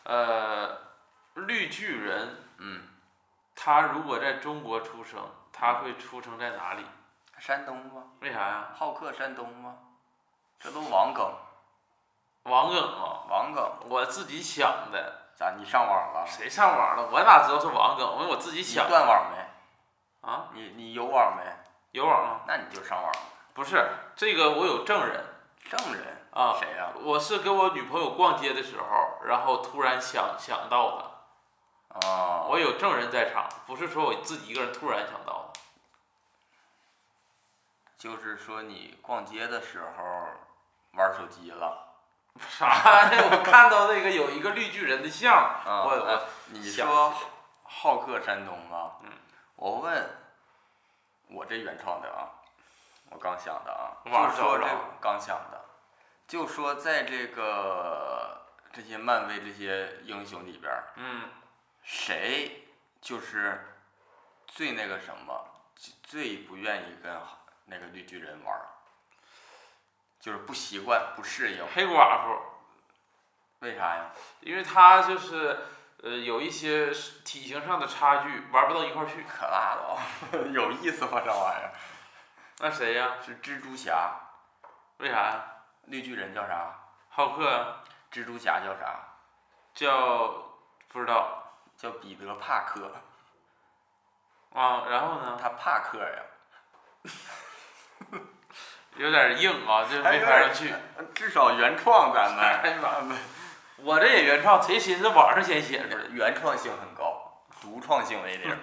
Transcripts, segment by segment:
绿巨人，他如果在中国出生，他会出生在哪里？ 山东吗？ 为啥呀？ 好客山东吗？这都网梗。 网梗啊！ 网梗， 我自己想的。 咋？你上网了？ 谁上网了？我哪知道是网梗？我自己想的。 你断网没？ 啊？ 你有网没？ 有网啊。 那你就上网了。 不是这个，我有证人。 证人啊？ 谁呀？ 我是跟我女朋友逛街的时候，然后突然想到的。 哦。 我有证人在场，不是说我自己一个人突然想到的。 就是说你逛街的时候玩手机了。 啥呀？我看到那个有一个绿巨人的像， 你说好客山东啊？我问，我这原创的啊，我刚想的啊，就说这刚想的，就说在这些漫威这些英雄里边，谁就是最那个什么，最不愿意跟那个绿巨人玩？就是不习惯、不适应。 黑寡妇。 为啥呀？ 因为他就是有一些体型上的差距，玩不到一块去。 可拉倒，有意思吗这玩意儿？ 那谁呀？ 是蜘蛛侠。 为啥呀？ 绿巨人叫啥？ 浩克呀。 蜘蛛侠叫啥？ 叫不知道。 叫彼得·帕克。 啊，然后呢？ 他帕克呀。 有点硬啊，这没法上去。 至少原创咱们。 哎呀妈！我这也原创，谁寻思网上先写出来？ 原创性很高，独创性为零。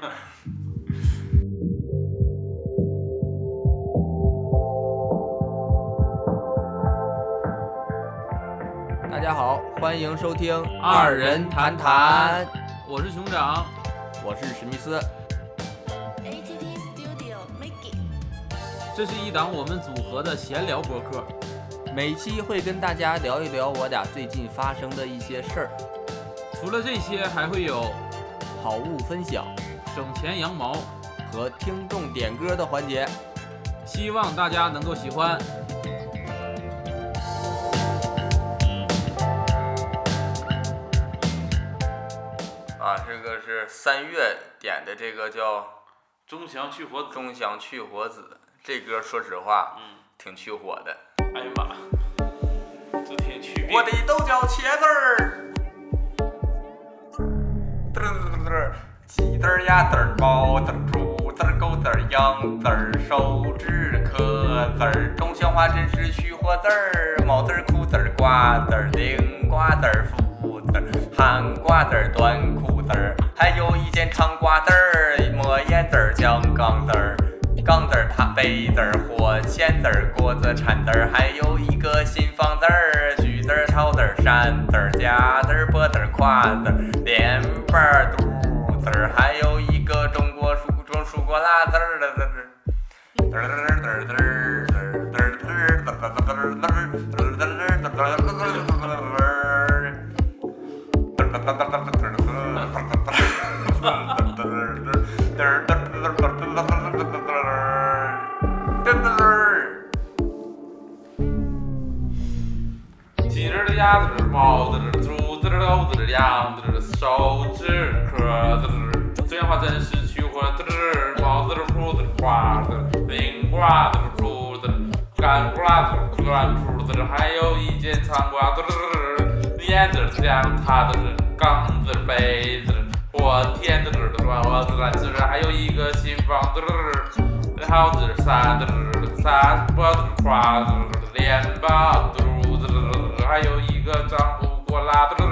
大家好，欢迎收听二人谈谈。 我是熊掌， 我是史密斯。 这是一档我们组合的闲聊播客， 每期会跟大家聊一聊我俩最近发生的一些事儿。 除了这些，还会有好物分享、 省钱羊毛和听众点歌的环节， 希望大家能够喜欢。 这个是3月点的，这个叫钟祥去火子，这歌说实话，挺去火的。 哎呀妈，这挺去病。 我的都叫茄子儿，鸡子儿、鸭子儿、猫子儿、猪子儿、狗子儿、羊子儿、手指壳子儿，钟祥话真是去火子儿，毛子儿、裤子儿、瓜子儿、零瓜子儿、福子儿、汗瓜子儿、短裤子儿，还有一件长瓜子儿、抹眼子儿、酱缸子儿。缸子儿、塔杯子儿、火钳子儿、锅子、铲子儿，还有一个新房子儿、橘子儿、桃子儿、扇子儿、夹子儿、脖子儿、胯子儿、连瓣儿、肚子儿，还有一个中国树果辣子儿的鸡子、鸭子、猫子、猪子、狗子、羊子、手指壳子，这样话真是去火子，毛子、裤子、瓜子、零瓜子、猪子、干瓜子、软裤子，还有一件长瓜子，烟子、香塔子、缸子、杯子、火天子、锅子、篮子，还有一个新房子，耗子、扇子、脖子、胯子、连把肚子，还有一个丈夫过拉子，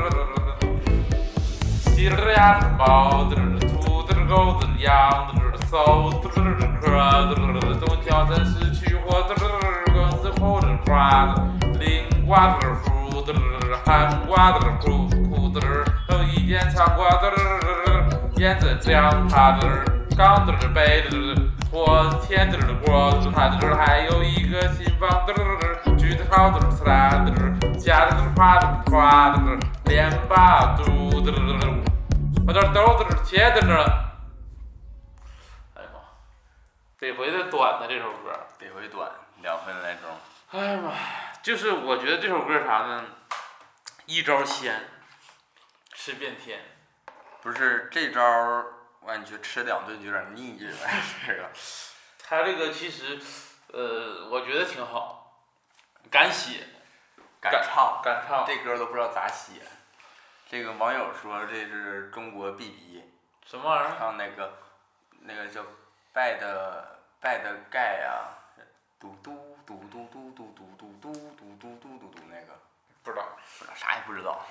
鸡子、鸭子、猫子、兔子、狗子、羊子、手子、壳子，东桥真是去火子，公子、裤子、胯子、零瓜子、fru子、汗瓜子、裤子，还有一件长瓜子，烟子、酱塔子、缸子、杯子、火钳子、锅子、盘子，还有一个新房子，橘子、桃子、伞子、夹子、胯子、胯子、连把肚子，我这豆子、茄子呢。哎呀妈，得回的短的这首歌， 得回短，2分来钟。 哎呀妈，就是我觉得这首歌啥呢？一招鲜。 吃遍天。 不是这招儿，我感觉吃2顿就有点腻了。这个， 他这个其实，我觉得挺好，敢写， 敢唱， 这歌都不知道咋写。这个网友说这是中国 BB。 什么玩意儿？ 唱那个叫拜的盖呀，嘟嘟嘟嘟嘟嘟嘟嘟嘟嘟嘟嘟嘟那个。 不知道， 啥也不知道。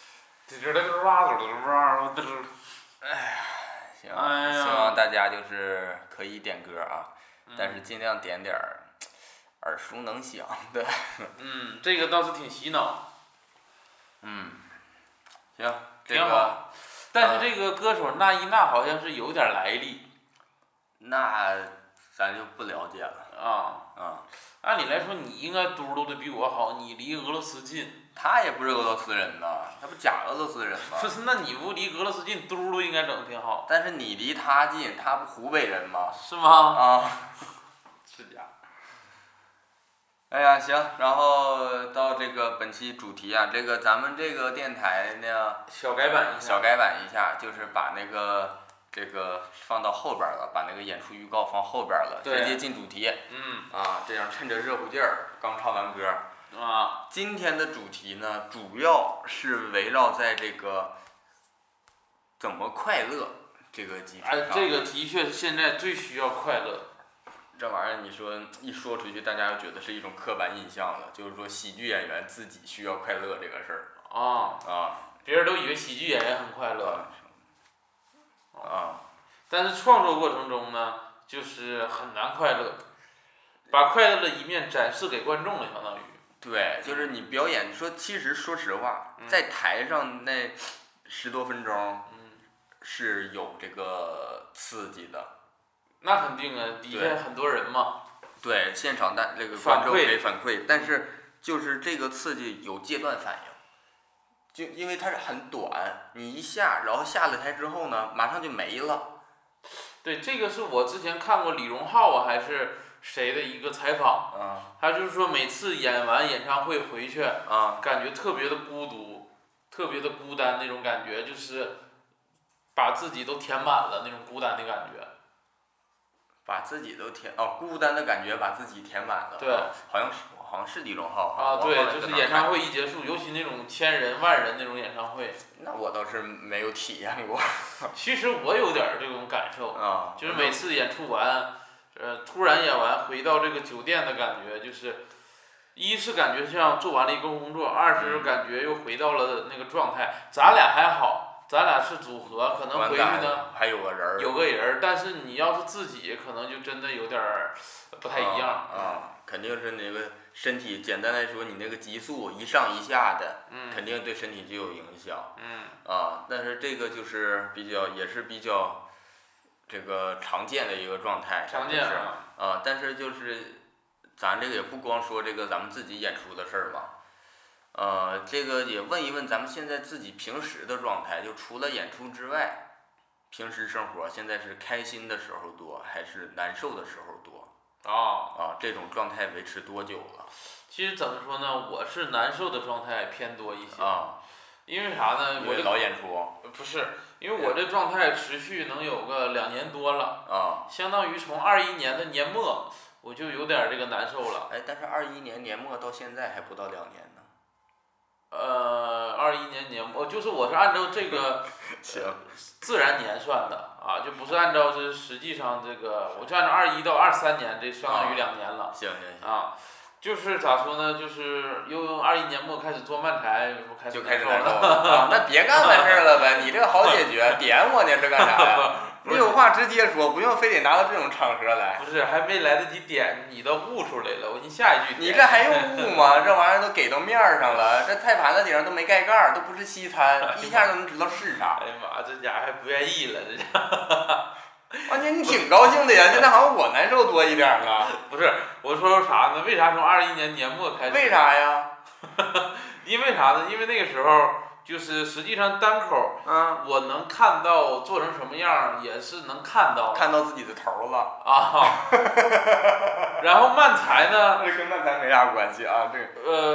哎呀，行，希望大家就是可以点歌啊，但是尽量点点耳熟能详的。 这个倒是挺洗脑。 行， 挺好。但是这个歌手那依娜好像是有点来历。 那咱就不了解了。 按理来说你应该嘟噜的比我好，你离俄罗斯近。 他也不是俄罗斯人呐，他不假俄罗斯人吗？ 不是，那你不离俄罗斯近，嘟噜应该整得挺好。 但是你离他近，他不湖北人吗？ 是吗？ 是假。哎呀，行，然后到这个本期主题啊，这个咱们这个电台呢， 小改版一下，就是把那个这个放到后边了，把那个演出预告放后边了，直接进主题。这样趁着热乎劲儿，刚唱完歌。今天的主题呢，主要是围绕在这个怎么快乐这个基础上。 这个的确是现在最需要快乐。 这玩意儿你说一说出去，大家就觉得是一种刻板印象了，就是说喜剧演员自己需要快乐这个事儿。 别人都以为喜剧演员很快乐。 啊， 但是创作过程中呢，就是很难快乐，把快乐的一面展示给观众了，相当于。 对，就是你表演其实说实话，在台上那10多分钟，是有这个刺激的。 那肯定啊，底下很多人嘛。 对，现场这个观众给反馈，但是就是这个刺激有阶段反应。就因为它是很短，你一下，然后下了台之后呢，马上就没了。 对，这个是我之前看过李荣浩还是谁的一个采访，他就是说每次演完演唱会回去，感觉特别的孤独，特别的孤单那种感觉，就是把自己都填满了那种孤单的感觉。 把自己都孤单的感觉把自己填满了。 对， 好像是李荣浩。 对，就是演唱会一结束，尤其那种1000人、10000人那种演唱会。 那我倒是没有体验过。 其实我有点这种感受，就是每次演出完，突然演完回到这个酒店的感觉，就是一是感觉像做完了一个工作，二是感觉又回到了那个状态。咱俩还好，咱俩是组合，可能回去呢还有个人， 但是你要是自己，可能就真的有点不太一样。 肯定是那个身体，简单来说，你那个激素一上一下的，肯定对身体就有影响。但是这个就是也是比较这个常见的一个状态。 常见但是就是咱这个也不光说这个咱们自己演出的事儿嘛。这个也问一问咱们现在自己平时的状态，就除了演出之外，平时生活现在是开心的时候多，还是难受的时候多？这种状态维持多久了？ 其实怎么说呢，我是难受的状态偏多一些。因为啥呢？ 我老演出。 不是，因为我这状态持续能有个2年多了。相当于从21年的年末，我就有点这个难受了。 但是21年年末到现在还不到2年呢。 21年年末，就是我是按照这个自然年算的就不是按照这实际上这个，我就按照21到23年，这相当于2年了。 行。 就是咋说呢？就是由21年末开始做漫才， 就开始难受了。那别干完事儿了呗，你这个好解决，点我呢是干啥呀？你有话直接说，不用非得拿到这种场合来。 不是，还没来得及点，你都悟出来了。我寻下一句。 你这还用悟吗？这玩意儿都给到面上了，这菜盘子顶上都没盖盖儿，都不是西餐，一下都能知道是啥。 哎呀妈，这家还不愿意了，这家。 你挺高兴的呀，现在好像我难受多一点啊。 不是，我说啥呢？为啥从21年年末开始？ 为啥呀？ 因为啥呢？因为那个时候就是实际上单口，我能看到做成什么样，也是能看到自己的头了然后漫才呢？ 这跟漫才没啥关系啊，这个。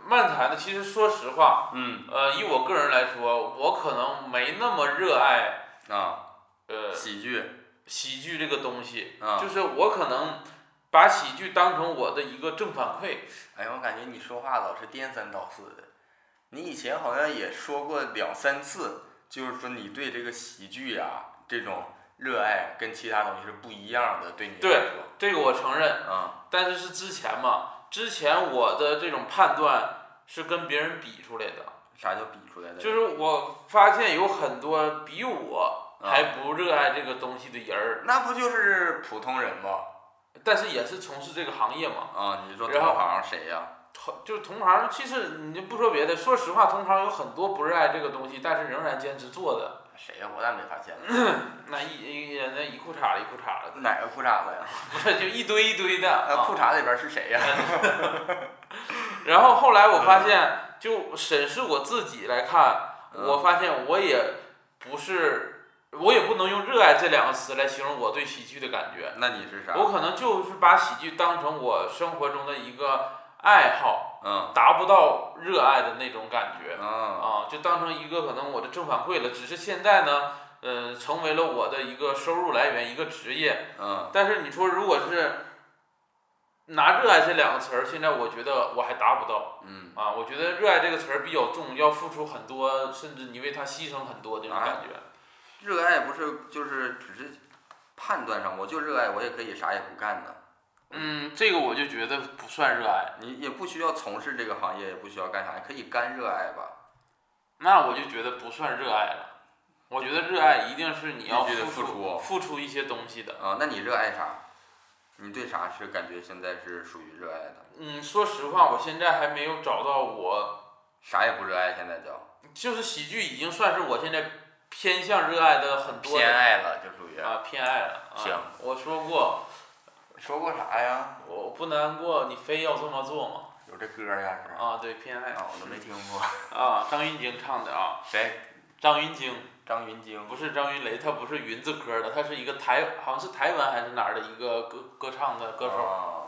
漫才呢，其实说实话， 嗯， 以我个人来说，我可能没那么热爱喜剧这个东西， 啊， 就是我可能把喜剧当成我的一个正反馈。 哎呀，我感觉你说话老是颠三倒四的。你以前好像也说过2、3次，就是说你对这个喜剧啊这种热爱跟其他东西是不一样的，对你来说。 对，这个我承认。但是是之前嘛，之前我的这种判断是跟别人比出来的。 啥叫比出来的？ 就是我发现有很多比我还不热爱这个东西的人儿。 那不就是普通人吗？ 但是也是从事这个行业嘛。 你说同行谁呀？ 就是同行，其实你就不说别的，说实话，同行有很多不热爱这个东西，但是仍然坚持做的。 谁呀？我咋没发现呢？那一裤衩一裤衩的。 哪个裤衩子呀？ 不是，就一堆一堆的。 裤衩里边是谁呀？ 然后后来我发现，就审视我自己来看，我发现我也不能用热爱这2个词来形容我对喜剧的感觉。 那你是啥？ 我可能就是把喜剧当成我生活中的一个爱好，达不到热爱的那种感觉，就当成一个可能我的正反馈了。只是现在呢，成为了我的一个收入来源，一个职业。但是你说如果是拿热爱这2个词儿，现在我觉得我还达不到。我觉得热爱这个词儿比较重，要付出很多，甚至你为它牺牲很多这种感觉。 热爱不是就是只是判断上，我就热爱，我也可以啥也不干的。 这个我就觉得不算热爱。 你也不需要从事这个行业，也不需要干啥，可以干热爱吧。 那我就觉得不算热爱了。我觉得热爱一定是你要付出一些东西的。 那你热爱啥？你对啥是感觉现在是属于热爱的？ 说实话，我现在还没有找到我。 啥也不热爱，现在就是喜剧已经算是我现在偏向热爱的很多。 偏爱了，就属于。 偏爱了。 行。 我说过。 说过啥呀？ 我不难过，你非要这么做吗？ 有这歌呀是？ 对，偏爱。 我都没听过。 张芸京唱的啊。 谁？ 张芸京。 张芸京。 不是张云雷，他不是云字科的，他是一个好像是台湾还是哪儿的一个歌唱的歌手。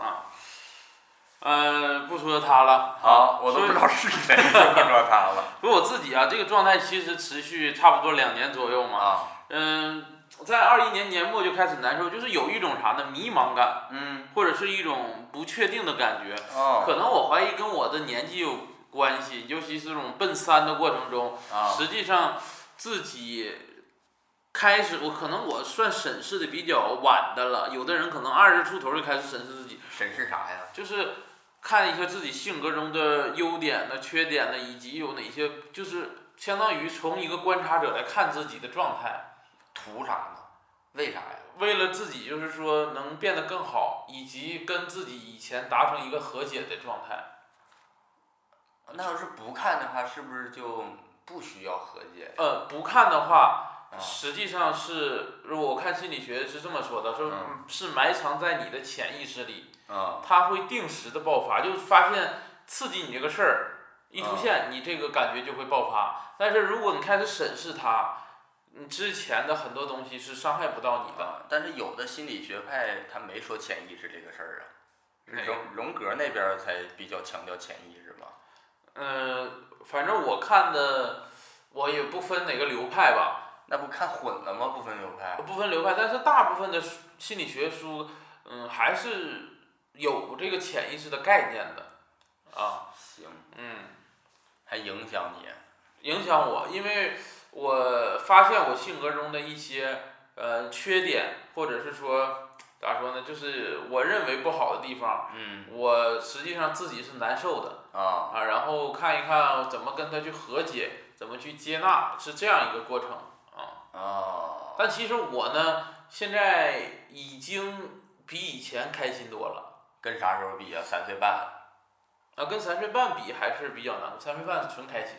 不说他了。 好，我都不知道是谁，就不说他了。 不过我自己这个状态其实持续差不多2年左右嘛。在21年年末就开始难受，就是有一种啥呢，迷茫感，或者是一种不确定的感觉。可能我怀疑跟我的年纪有关系，尤其是这种奔3的过程中，实际上自己开始，我算审视的比较晚的了。有的人可能20出头就开始审视自己。 审视啥呀？ 就是看一下自己性格中的优点呢、缺点呢，以及有哪些，就是相当于从一个观察者来看自己的状态。 图啥呢？为啥呀？ 为了自己就是说能变得更好，以及跟自己以前达成一个和解的状态。 那要是不看的话，是不是就不需要和解？ 不看的话，实际上是，如果我看心理学是这么说的，说是埋藏在你的潜意识里，它会定时的爆发，就是发现刺激你这个事儿一出现，你这个感觉就会爆发。但是如果你开始审视它，你之前的很多东西是伤害不到你的。 但是有的心理学派他没说潜意识这个事儿荣格那边才比较强调潜意识吧。 反正我看的，我也不分哪个流派吧。 那不看混了吗？不分流派。 不分流派，但是大部分的心理学书，还是有这个潜意识的概念的。 行。还影响你？ 影响我，因为我发现我性格中的一些缺点，或者是说咋说呢，就是我认为不好的地方，我实际上自己是难受的。然后看一看怎么跟他去和解，怎么去接纳，是这样一个过程。但其实我呢，现在已经比以前开心多了。 跟啥时候比啊？3岁半。 跟3岁半比还是比较难过，3岁半是纯开心。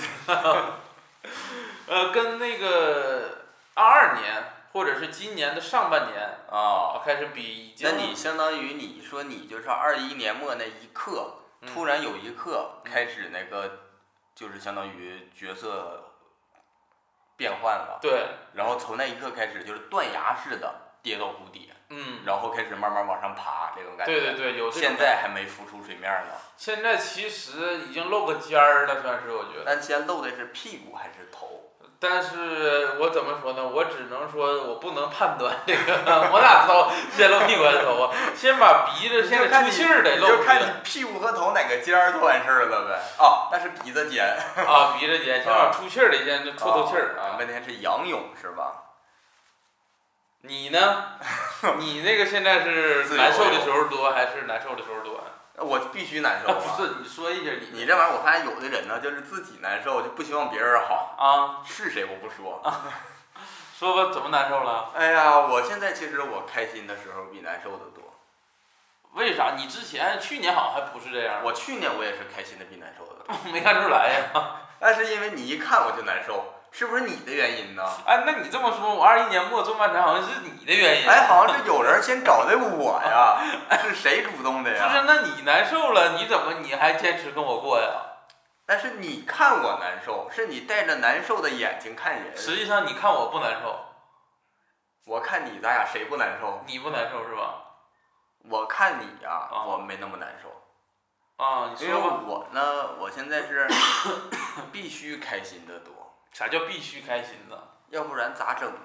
跟那个22年或者是今年的上半年开始比已经。 那你相当于你说你就是21年末那一刻，突然有一刻开始那个，就是相当于角色变换了。 对。 然后从那一刻开始就是断崖式的跌到谷底。 然后开始慢慢往上爬这种感觉。 对对对，有这种。 现在还没浮出水面呢。 现在其实已经露个尖儿了，算是我觉得。 但先露的是屁股还是头？ 但是我怎么说呢？我只能说我不能判断这个，我哪知道先露屁股还是头啊？先把鼻子现在出气儿得露。 就看你屁股和头哪个尖儿就完事儿了呗。哦，那是鼻子尖。 啊，鼻子尖，先把出气儿得先出透气儿啊。 问题是仰泳是吧？ 你呢？你那个现在是难受的时候多还是难受的时候多？ 我必须难受啊！ 不是，你说一下你这玩意儿，我发现有的人呢，就是自己难受，就不希望别人好啊。 是谁我不说。 说吧，怎么难受了？ 哎呀，我现在其实我开心的时候比难受的多。 为啥？你之前去年好像还不是这样。 我去年我也是开心的比难受的多。 没看出来呀。 但是因为你一看我就难受。是不是你的原因呢？ 哎，那你这么说，我21年末做漫谈好像是你的原因。 哎，好像是有人先找的我呀，是谁主动的呀？ 不是，那你难受了，你怎么你还坚持跟我过呀？ 但是你看我难受，是你带着难受的眼睛看人。 实际上你看我不难受。 我看你，咱俩谁不难受？ 你不难受是吧？ 我看你呀，我没那么难受。 啊，你说吧。 因为我呢，我现在是必须开心的多。 啥叫必须开心呢？ 要不然咋整呢？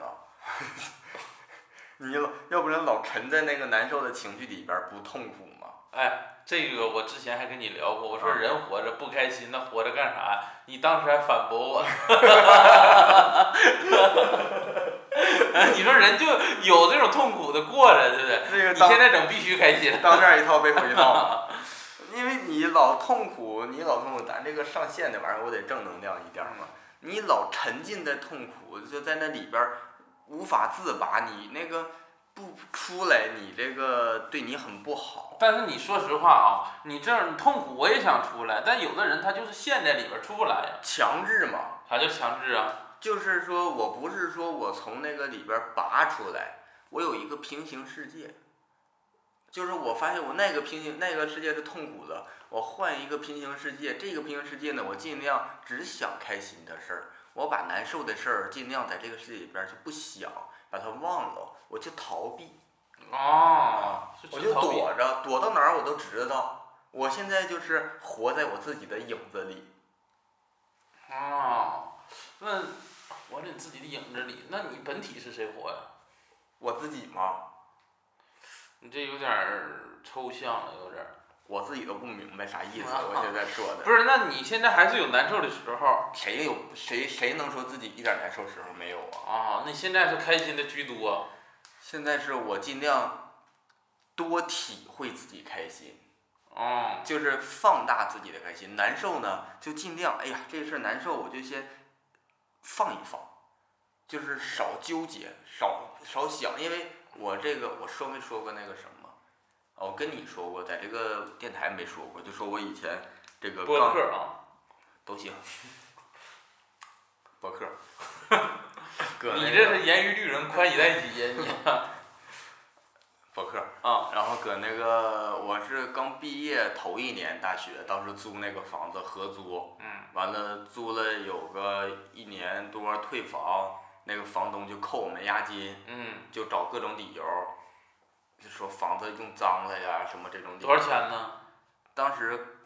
你要不然老沉在那个难受的情绪里边不痛苦吗？ 哎，这个我之前还跟你聊过，我说人活着不开心，那活着干啥？你当时还反驳我。你说人就有这种痛苦的过着，对不对？ 这个你现在整必须开心， 当面一套背后一套。因为你老痛苦，咱这个上线的玩意儿，我得正能量一点嘛。你老沉浸在痛苦，就在那里边无法自拔，你那个不出来，你这个对你很不好。 但是你说实话啊，你这样痛苦我也想出来，但有的人他就是陷在里边出不来呀。 强制嘛？ 啥叫强制啊？ 就是说我不是说我从那个里边拔出来，我有一个平行世界。就是我发现我那个世界是痛苦的，我换一个平行世界，这个平行世界呢，我尽量只想开心的事儿，我把难受的事儿尽量在这个世界里边就不想，把它忘了，我就逃避。我就躲着，躲到哪儿我都知道。我现在就是活在我自己的影子里。 那活在你自己的影子里，那你本体是谁活呀？ 我自己吗？ 你这有点抽象了，有点。 我自己都不明白啥意思，我现在说的。 不是，那你现在还是有难受的时候。 谁能说自己一点难受时候没有啊？ 那现在是开心的居多。 现在是我尽量多体会自己开心。就是放大自己的开心。难受呢，就尽量，哎呀，这事儿难受，我就先放一放，就是少纠结，少想，因为我说没说过那个什么？我跟你说过，在这个电台没说过，就说我以前这个播客都行，播客。 你这是严于律人，宽以待己呀，你。 播客然后搁那个我是刚毕业头1年大学，当时租那个房子合租，完了租了有个1年多退房，那个房东就扣我们押金，就找各种理由，就说房子用脏了呀什么这种理由。 多少钱呢？ 当时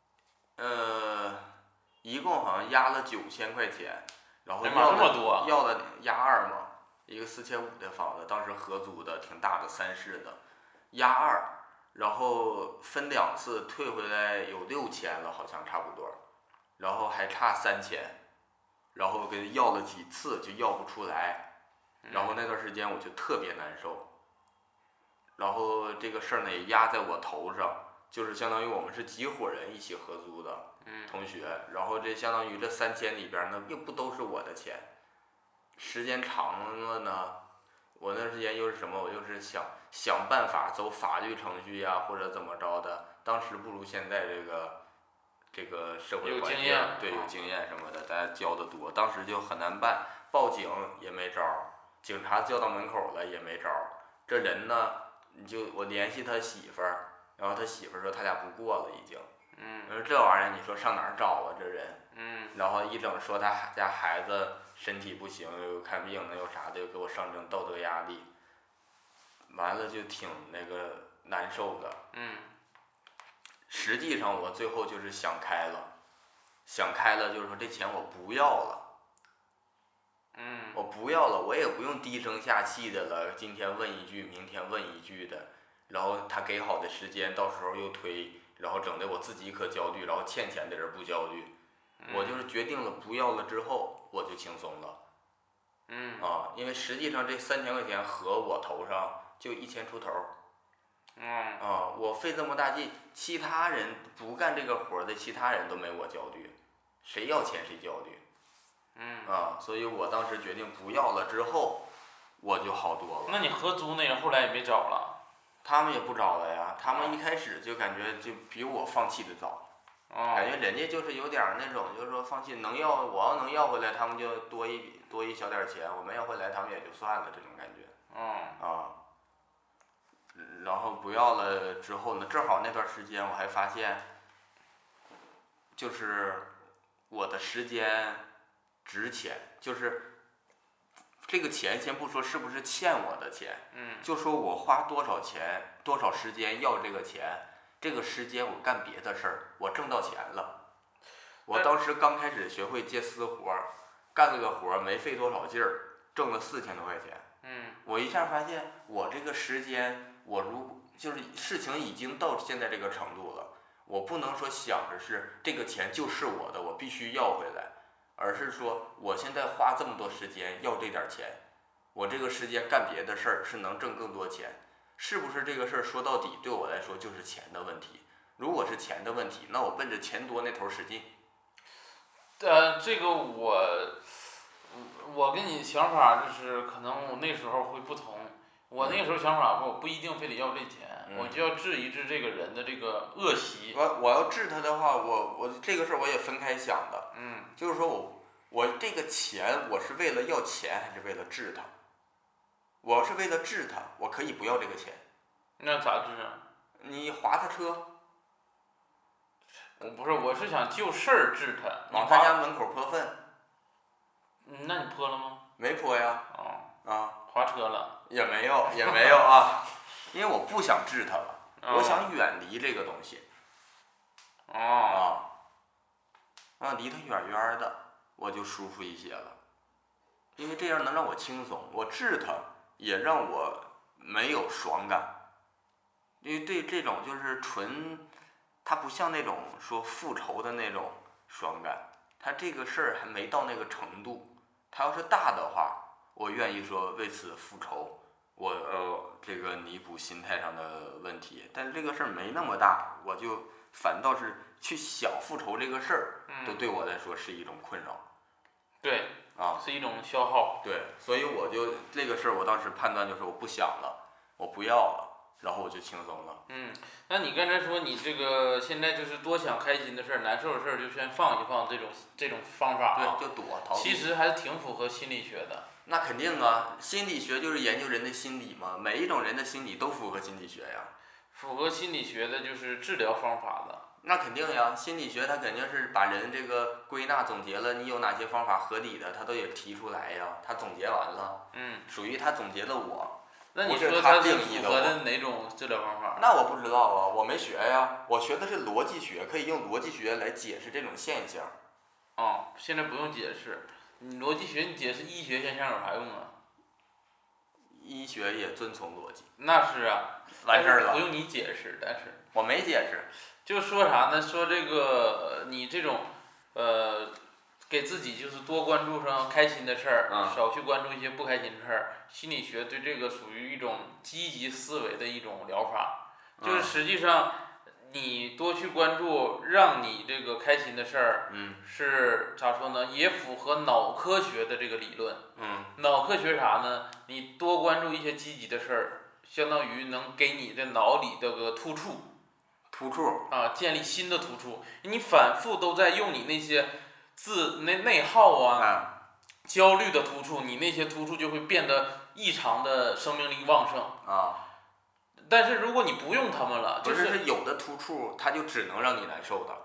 一共好像押了9000块钱，然后要了押2嘛。一个4500的房子，当时合租的，挺大的3室的，押2，然后分2次退回来有6000了，好像差不多，然后还差3000，然后跟要了几次就要不出来，然后那段时间我就特别难受，然后这个事儿呢也压在我头上，就是相当于我们是几伙人一起合租的同学，然后这相当于这3000里边呢并不都是我的钱。时间长了呢，我那时间又是什么？我就是想办法走法律程序呀，或者怎么着的。当时不如现在这个社会环境，对，有经验什么的，大家教的多。当时就很难办，报警也没招儿，警察叫到门口了也没招儿。这人呢，我联系他媳妇儿，然后他媳妇儿说他俩不过了已经。我说这玩意儿你说上哪儿找啊这人？然后一整说他家孩子身体不行，又看病呢又啥的，又给我上这种道德压力。 完了就挺那个难受的。实际上我最后就是想开了，就是说这钱我不要了。我不要了，我也不用低声下气的了，今天问一句，明天问一句的，然后他给好的时间，到时候又推，然后整的我自己可焦虑，然后欠钱的人不焦虑。我就是决定了不要了之后，我就轻松了。因为实际上这3000块钱合我头上就1000出头。我费这么大劲，其他人不干这个活的，其他人都没我焦虑，谁要钱谁焦虑。所以我当时决定不要了之后，我就好多了。 那你合租那人后来也没找了？ 他们也不找了呀，他们一开始就感觉就比我放弃的早。感觉人家就是有点那种，就是说放弃能要，我要能要回来，他们就多一小点钱，我没要回来，他们也就算了，这种感觉。然后不要了之后呢，正好那段时间我还发现，就是我的时间值钱，就是这个钱先不说是不是欠我的钱，就说我花多少钱多少时间要这个钱，这个时间我干别的事儿，我挣到钱了。我当时刚开始学会接私活，干了个活没费多少劲儿，挣了4000多块钱。我一下发现我这个时间，我就是事情已经到现在这个程度了，我不能说想着是这个钱就是我的，我必须要回来，而是说我现在花这么多时间要这点钱，我这个时间干别的事儿是能挣更多钱，是不是这个事儿说到底对我来说就是钱的问题？如果是钱的问题，那我奔着钱多那头使劲。 这个我跟你想法就是可能我那时候会不同。我那个时候想法我不一定非得要这钱，我就要治一治这个人的这个恶习。 我要治他的话，我这个事儿我也分开想的。就是说我这个钱我是为了要钱还是为了治他？我要是为了治他，我可以不要这个钱。 那咋治啊？ 你划他车。 不是，我是想就事儿治他。 往他家门口泼粪。 那你泼了吗？ 没泼呀。 划车了。也没有啊，因为我不想治他了，我想远离这个东西。离他远远的，我就舒服一些了，因为这样能让我轻松。我治他也让我没有爽感，因为对这种就是它不像那种说复仇的那种爽感，它这个事儿还没到那个程度。它要是大的话，我愿意说为此复仇，我这个弥补心态上的问题。但是这个事儿没那么大，我就反倒是去想复仇这个事儿，都对我来说是一种困扰。 对，是一种消耗。 对，所以我就这个事儿，我当时判断就是我不想了，我不要了，然后我就轻松了。 那你刚才说你这个现在就是多想开心的事儿，难受的事儿就先放一放，这种方法对，就躲逃避。 其实还是挺符合心理学的。 那肯定啊，心理学就是研究人的心理嘛，每一种人的心理都符合心理学呀。 符合心理学的就是治疗方法的。 那肯定呀，心理学它肯定是把人这个归纳总结了，你有哪些方法合理的，它都也提出来呀，它总结完了，属于它总结的我。 那你说它是符合的哪种治疗方法？ 那我不知道啊，我没学呀，我学的是逻辑学，可以用逻辑学来解释这种现象。 现在不用解释，你逻辑学你解释医学现象有啥用啊？ 医学也遵从逻辑。 那是啊， 完事儿了。 不用你解释，但是我没解释。 就说啥呢？说这个你这种给自己就是多关注上开心的事儿，少去关注一些不开心的事儿。心理学对这个属于一种积极思维的一种疗法，就是实际上你多去关注让你这个开心的事儿，是咋说呢？也符合脑科学的这个理论。脑科学啥呢？你多关注一些积极的事儿，相当于能给你的脑里这个突触建立新的突触。你反复都在用你那些内耗焦虑的突触，你那些突触就会变得异常的生命力旺盛但是如果你不用它们了， 就是有的突触它就只能让你难受的。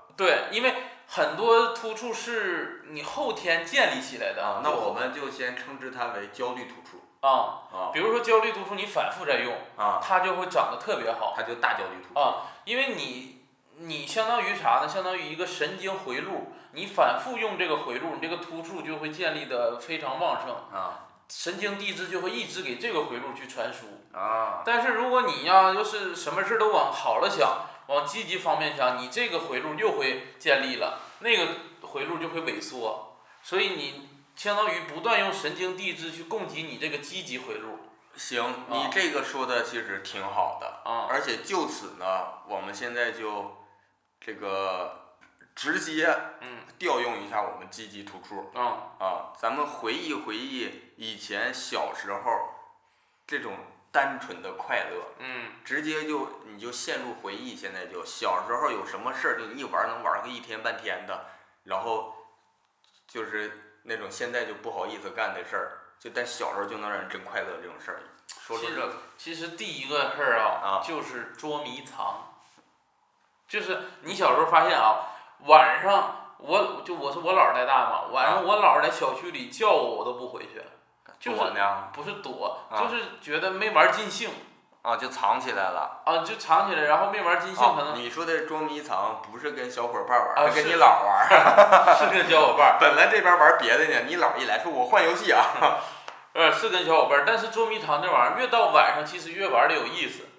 对，因为很多突触是你后天建立起来的。 啊，那我们就先称之它为焦虑突触。 比如说焦虑突触，你反复在用，它就会长得特别好。 它就大焦虑突触。 因为你相当于啥呢？相当于一个神经回路，你反复用这个回路，你这个突触就会建立的非常旺盛。神经递质就会一直给这个回路去传输。但是如果你要是什么事都往好了想，往积极方面想，你这个回路又会建立了，那个回路就会萎缩。所以你相当于不断用神经递质去供给你这个积极回路。 行，你这个说的其实挺好的。而且就此呢，我们现在就这个直接调用一下我们积极突触。咱们回忆回忆以前小时候这种单纯的快乐。直接你就陷入回忆，现在就小时候有什么事儿就一玩能玩个一天半天的，然后就是那种现在就不好意思干的事儿，但小时候就能让人真快乐这种事儿。说这个， 其实第一个事儿就是捉迷藏。就是你小时候发现晚上我是我姥儿带大嘛，晚上我姥儿在小区里叫我都不回去，就是不是躲，就是觉得没玩尽兴。 就藏起来了。 就藏起来，然后没玩尽兴，可能。 你说的捉迷藏不是跟小伙伴玩，是跟你姥玩。 是跟小伙伴。 本来这边玩别的呢，你姥一来说我换游戏啊。 是跟小伙伴，但是捉迷藏这玩意儿越到晚上，其实越玩的有意思。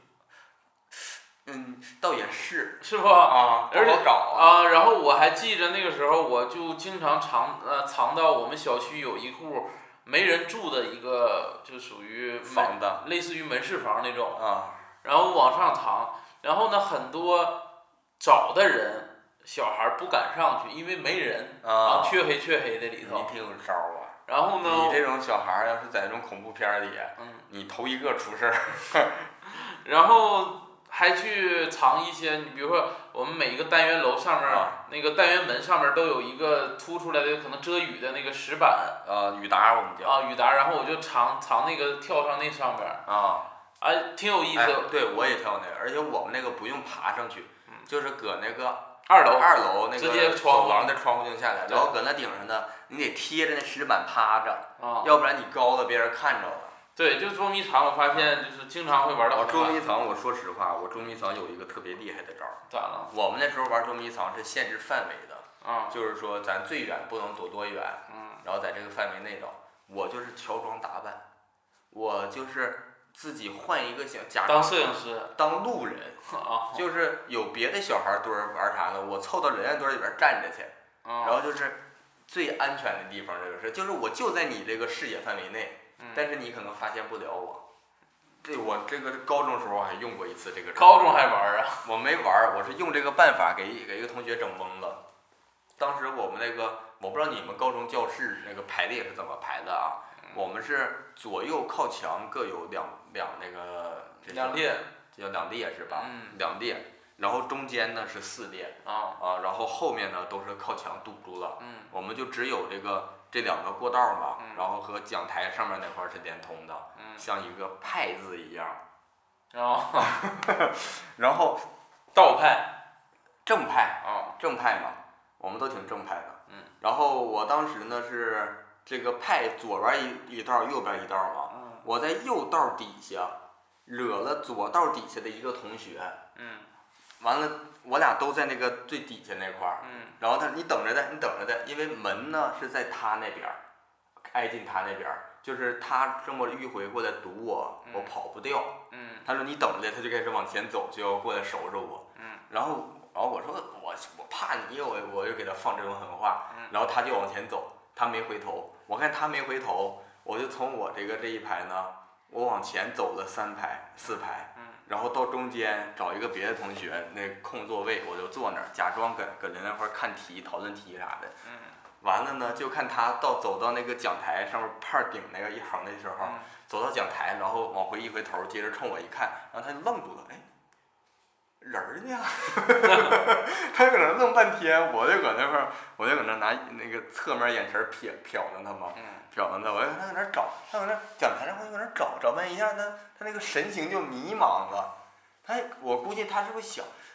倒也是。 是不？ 而且找然后我还记着那个时候，我就经常藏到我们小区有一户没人住的一个，就属于房子， 类似于门市房那种。然后往上藏，然后呢，很多找的人小孩不敢上去，因为没人。黢黑的里头。 你挺有招啊。 然后呢？ 你这种小孩要是在那种恐怖片里，你头一个出事儿。 然后还去藏一些，你比如说我们每一个单元楼上面，那个单元门上面都有一个凸出来的可能遮雨的那个石板。 雨搭我们叫。 雨搭，然后我就藏那个跳上那上面。挺有意思。 对，我也跳那个，而且我们那个不用爬上去，就是搁那个二楼那个走廊的窗户就下来，然后搁那顶上呢，你得贴着那石板趴着，要不然你高了别人看着了。 对，就捉迷藏，我发现就是经常会玩到。 捉迷藏，我说实话，我捉迷藏有一个特别厉害的招儿。 咋了？ 我们那时候玩捉迷藏是限制范围的。就是说咱最远不能躲多远。然后在这个范围内找。我就是乔装打扮，我就是自己换一个假装当摄影师， 当路人。就是有别的小孩堆玩啥呢，我凑到人家堆里边站着去。然后就是最安全的地方，这个是就是我就在你这个视野范围内。但是你可能发现不了我。对，我这个高中时候还用过一次这个。 高中还玩啊？ 我没玩，我是用这个办法给一个同学整懵了。当时我们那个，我不知道你们高中教室那个排列是怎么排的啊？我们是左右靠墙各有两列，叫两列是吧？两列，然后中间呢是4列。然后后面呢都是靠墙堵住了。我们就只有这2个过道嘛，然后和讲台上面那块是连通的，像一个派字一样。然后道派， 正派。正派嘛，我们都挺正派的。然后我当时呢是这个派左边一道，右边一道嘛。我在右道底下惹了左道底下的一个同学。完了，我俩都在那个最底下那块儿。然后你等着的，因为门呢是在他那边，挨近他那边，就是他这么迂回过来堵我，我跑不掉。他说你等着，他就开始往前走，就要过来收拾我。然后我说我怕你，我就给他放这种狠话。然后他就往前走，他没回头，我看他没回头，我就从我这一排呢，我往前走了3排4排。然后到中间找一个别的同学那空座位，我就坐那儿，假装搁人那块看题、讨论题啥的。完了呢，就看他走到那个讲台上面派顶那个一横的时候，走到讲台，然后往回一回头，接着冲我一看，然后他就愣住了，人呢？他搁那愣半天，我就搁那拿那个侧面眼神瞟着他嘛。瞟着他，我就看他搁那找，他搁那讲台上，我就搁那找半天一下，他那个神情就迷茫了。我估计他是不是想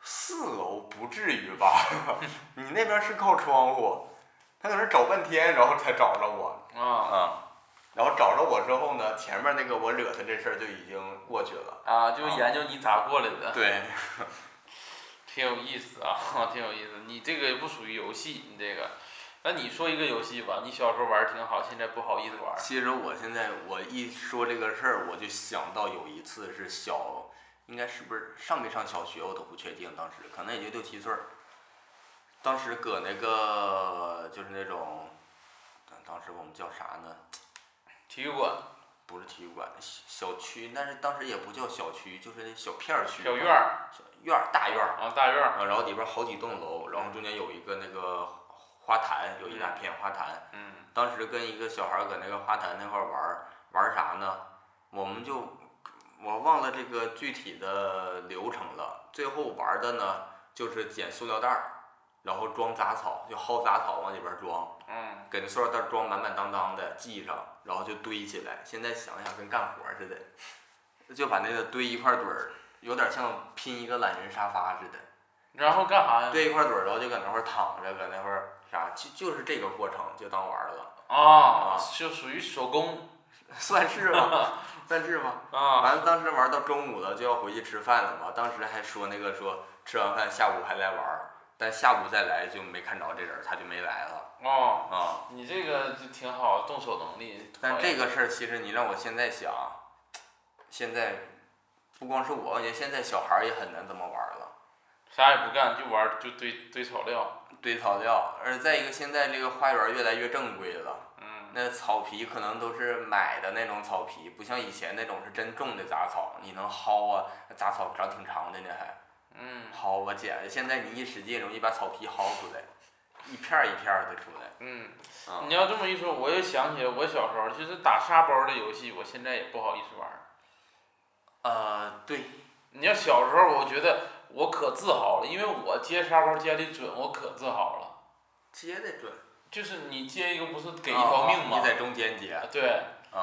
4楼不至于吧？你那边是靠窗户，他搁那找半天，然后才找着我。然后找着我之后呢，前面那个我惹他这事儿就已经过去了。 啊，就研究你咋过来的。 对。 挺有意思啊，挺有意思。你这个不属于游戏，你这个。那你说一个游戏吧，你小时候玩挺好，现在不好意思玩。 其实我现在我一说这个事儿，我就想到有一次是应该是不是上没上小学我都不确定，当时可能也就6、7岁儿。当时搁那个就是那种，当时我们叫啥呢？ 体育馆。 不是体育馆，小区，但是当时也不叫小区，就是那小片儿区。 小院儿。 大院儿。 啊，大院儿。 然后里边好几栋楼，然后中间有一个那个花坛，有一大片花坛。当时跟一个小孩搁那个花坛那块玩啥呢？我忘了这个具体的流程了。最后玩的呢，就是捡塑料袋儿，然后装杂草，就薅杂草往里边装。给那塑料袋装满满当当的，系上，然后就堆起来。现在想想跟干活似的，就把那个堆一块堆儿，有点像拼一个懒人沙发似的。 然后干啥呀？ 堆一块堆儿，然后就搁那块躺着，搁那块啥，就是这个过程就当玩了。 就属于手工。 算是吧，算是吧。完了，当时玩到中午了，就要回去吃饭了嘛。当时还说吃完饭下午还来玩，但下午再来就没看着这人，他就没来了。 你这个就挺好，动手能力。 但这个事儿其实你让我现在想，现在不光是我，我觉得现在小孩也很难这么玩了。 啥也不干就玩，就堆草料。 堆草料，而再一个现在这个花园越来越正规了。那草皮可能都是买的那种草皮，不像以前那种是真种的杂草，你能薅啊，杂草长挺长的呢还。薅啊剪，现在你一使劲容易把草皮薅出来，一片一片的出来。 你要这么一说，我又想起来我小时候，其实打沙包的游戏，我现在也不好意思玩。 对。 你要小时候，我觉得我可自豪了，因为我接沙包接的准，我可自豪了。 接的准。 就是你接一个不是给一条命吗？ 你在中间接。 对。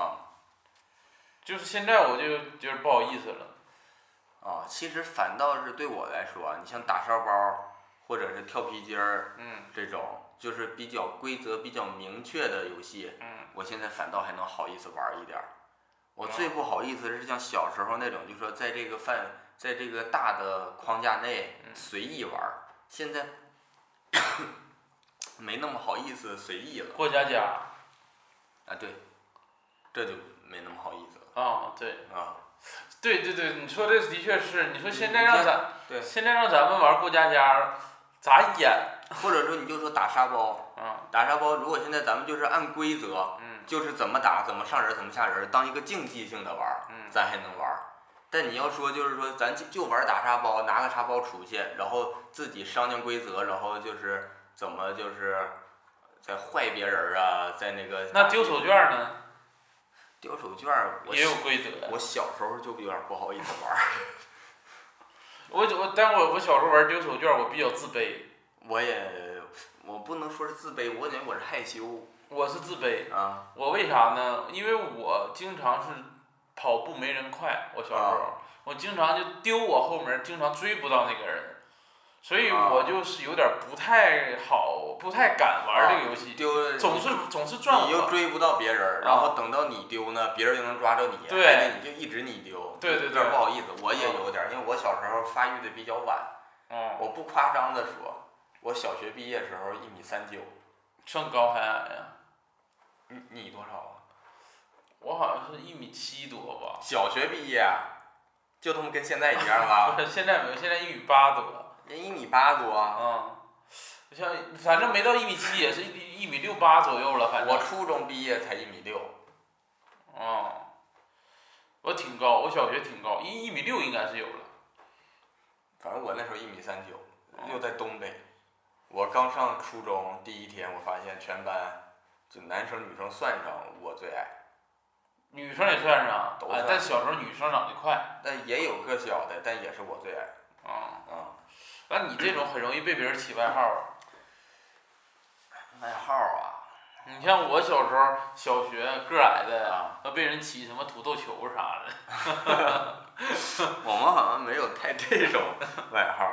就是现在我就觉得不好意思了。 其实反倒是对我来说，你像打沙包或者是跳皮筋儿，这种就是比较规则比较明确的游戏，我现在反倒还能好意思玩一点儿。我最不好意思是像小时候那种，就说在这个大的框架内随意玩，现在没那么好意思随意了。 过家家。 对，这就没那么好意思了。 对。对，你说这的确是，你说现在让咱们玩过家家，咋演？ 或者说你就说打沙包。打沙包，如果现在咱们就是按规则，就是怎么打，怎么上人，怎么下人，当一个竞技性的玩，咱还能玩。但你要说就是说咱就玩打沙包，拿个沙包出去，然后自己商量规则，然后就是怎么就是在坏别人啊，在那个。 那丢手绢呢？ 丢手绢也有规则。 我小时候就有点不好意思玩。 但我小时候玩丢手绢，我比较自卑。 我不能说是自卑，我感觉我是害羞。 我是自卑。我为啥呢？因为我经常是跑步没人快，我小时候，我经常就丢我后面，经常追不到那个人，所以我就是有点不太敢玩这个游戏。总是转我。 你又追不到别人，然后等到你丢呢，别人就能抓着你，还得你就一直你丢。 对。 有点不好意思，我也有点，因为我小时候发育的比较晚。我不夸张的说，我小学毕业时候1.39米。 算高还矮呀？ 你多少啊？ 我好像是1.7米多吧。 小学毕业，就他妈跟现在一样了。 不是，现在没有，现在1.8米多。 人1.8米多。 像反正没到1.7米，也是1.68米左右了，反正。 我初中毕业才1.6米。 我挺高，我小学挺高，1.6米应该是有了。 反正我那时候1.39米，又在东北。我刚上初中第一天，我发现全班就男生女生算上我最矮。 女生也算上。 都算。 但小时候女生长得快。 但也有个小的，但也是我最矮。 那你这种很容易被别人起外号。 外号啊？ 你像我小时候小学个矮的，都被人起什么土豆球啥的。 我们好像没有太这种外号。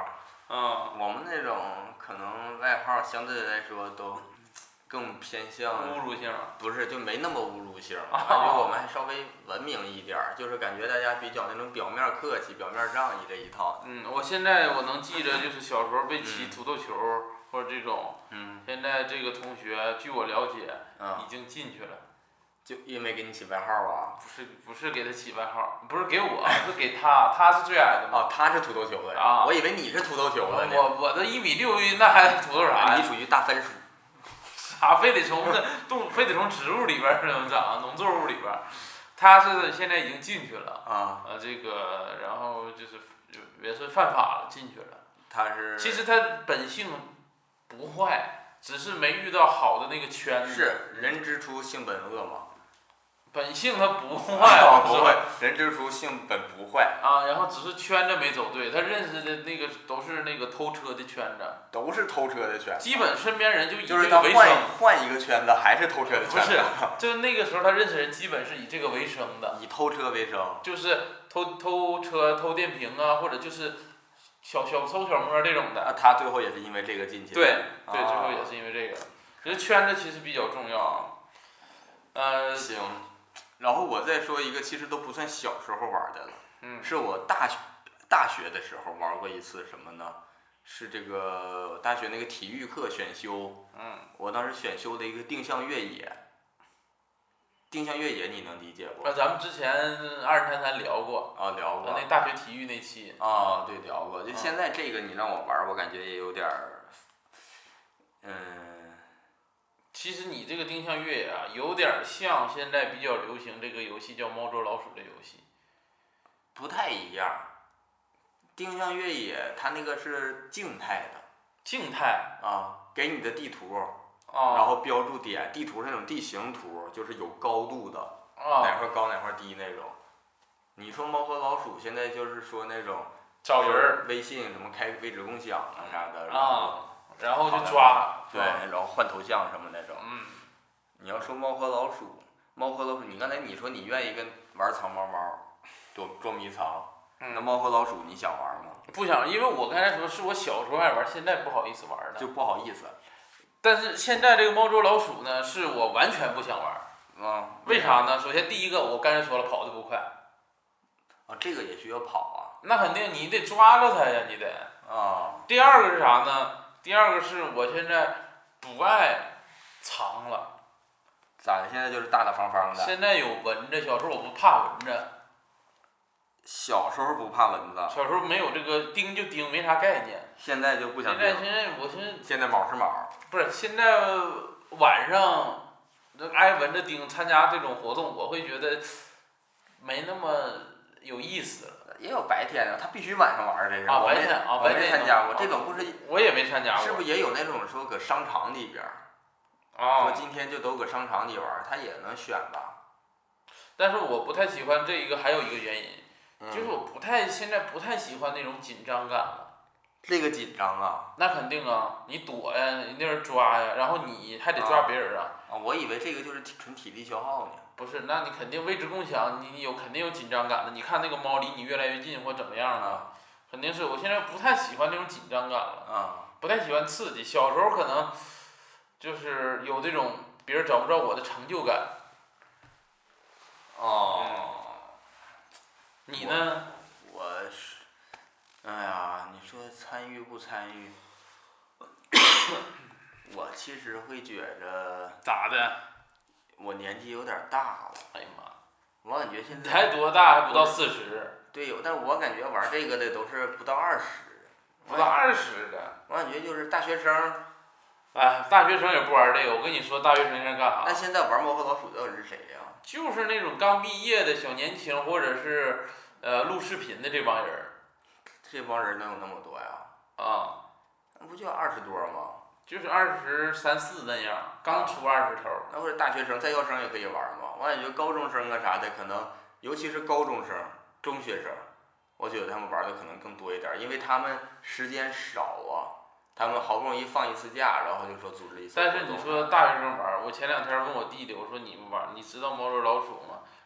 我们那种可能外号相对来说都更偏向侮辱性， 不是就没那么侮辱性，感觉我们还稍微文明一点儿，就是感觉大家比较那种表面客气、表面仗义这一套。 我现在我能记着，就是小时候被起土豆球或者这种，现在这个同学据我了解，已经进去了。 就因为给你起外号啊？ 不是给他起外号，不是给我，是给他，他是最矮的嘛。 他是土豆球的啊， 我以为你是土豆球的呢。 我的1.6米，那还土豆啥呀？ 你属于大番薯。 啥非得从植物里边儿能长，农作物里边儿，他是现在已经进去了。这个然后就是也是犯法了，进去了。 他是。 其实他本性不坏，只是没遇到好的那个圈子。 是人之初性本恶嘛。 本性他不坏， 不会，人之初性本不坏。 然后只是圈子没走对，他认识的那个都是那个偷车的圈子。 都是偷车的圈子。 基本身边人就以这个为生。 换一个圈子还是偷车的圈子。 不是，就那个时候他认识人基本是以这个为生的。 以偷车为生。 就是偷车、偷电瓶啊，或者就是小偷小摸这种的。 他最后也是因为这个进去的。 对，最后也是因为这个。其实圈子其实比较重要。 行。然后我再说一个，其实都不算小时候玩的了，是我大学的时候玩过一次什么呢？是这个大学那个体育课选修，我当时选修的一个定向越野。定向越野你能理解不？ 咱们之前2人谈聊过。 聊过。 那大学体育那期。 对，聊过。就现在这个你让我玩，我感觉也有点儿， 其实你这个定向越野有点像现在比较流行这个游戏叫猫捉老鼠的游戏。 不太一样。定向越野它那个是静态的。 静态。 给你的地图，然后标注点，地图是那种地形图，就是有高度的，哪块高哪块低那种。你说猫和老鼠现在就是说那种找人， 微信什么开位置共享啥的， 然后就抓。 对，然后换头像什么那种。你要说猫和老鼠，你刚才你说你愿意跟玩藏猫猫，捉迷藏，那猫和老鼠你想玩吗？ 不想，因为我刚才说是我小时候爱玩，现在不好意思玩的。 就不好意思。 但是现在这个猫捉老鼠呢，是我完全不想玩。为啥呢？首先第一个，我刚才说了，跑得不快。 这个也需要跑那肯定，你得抓着它呀，你得。第二个是啥呢？第二个是我现在不爱藏了。 咋的？现在就是大大方方的。 现在有蚊子，小时候我不怕蚊子。 小时候不怕蚊子。 小时候没有这个叮就叮，没啥概念。 现在就不想叮。现在毛是毛。 不是，现在晚上挨蚊子叮，参加这种活动，我会觉得没那么有意思了。 也有白天的，他必须晚上玩这是。 白天我没参加过这种，不是。 我也没参加过。 是不是也有那种说搁商场里边？说今天就都搁商场里玩，他也能选吧？ 但是我不太喜欢这一个，还有一个原因，就是我现在不太喜欢那种紧张感了。 这个紧张啊？ 那肯定啊，你躲呀，人家人抓呀，然后你还得抓别人我以为这个就是纯体力消耗呢。 不是，那你肯定位置共享，你肯定有紧张感的。你看那个猫离你越来越近或怎么样呢？肯定是。我现在不太喜欢那种紧张感了。不太喜欢刺激。小时候可能就是有这种别人找不着我的成就感。你呢？ 我是，哎呀，你说参与不参与？我其实会觉着。 咋的？ 我年纪有点大了。 哎呀妈！ 我感觉现在。 才多大？还不到40。 对，但是我感觉玩这个的都是不到20。 不到20的。 我感觉就是大学生。 大学生也不玩这个。我跟你说，大学生现在干啥？ 那现在玩猫和老鼠的是谁呀？ 就是那种刚毕业的小年轻，或者是录视频的这帮人。 这帮人能有那么多呀？那不就20多吗？ 就是23、24那样，刚出20头。 那不是大学生、在校生也可以玩吗？我感觉高中生啊啥的，可能尤其是高中生、中学生，我觉得他们玩的可能更多一点，因为他们时间少他们好不容易放一次假，然后就说组织一次活动。 但是你说大学生玩，我前2天问我弟弟，我说你们玩，你知道猫捉老鼠吗？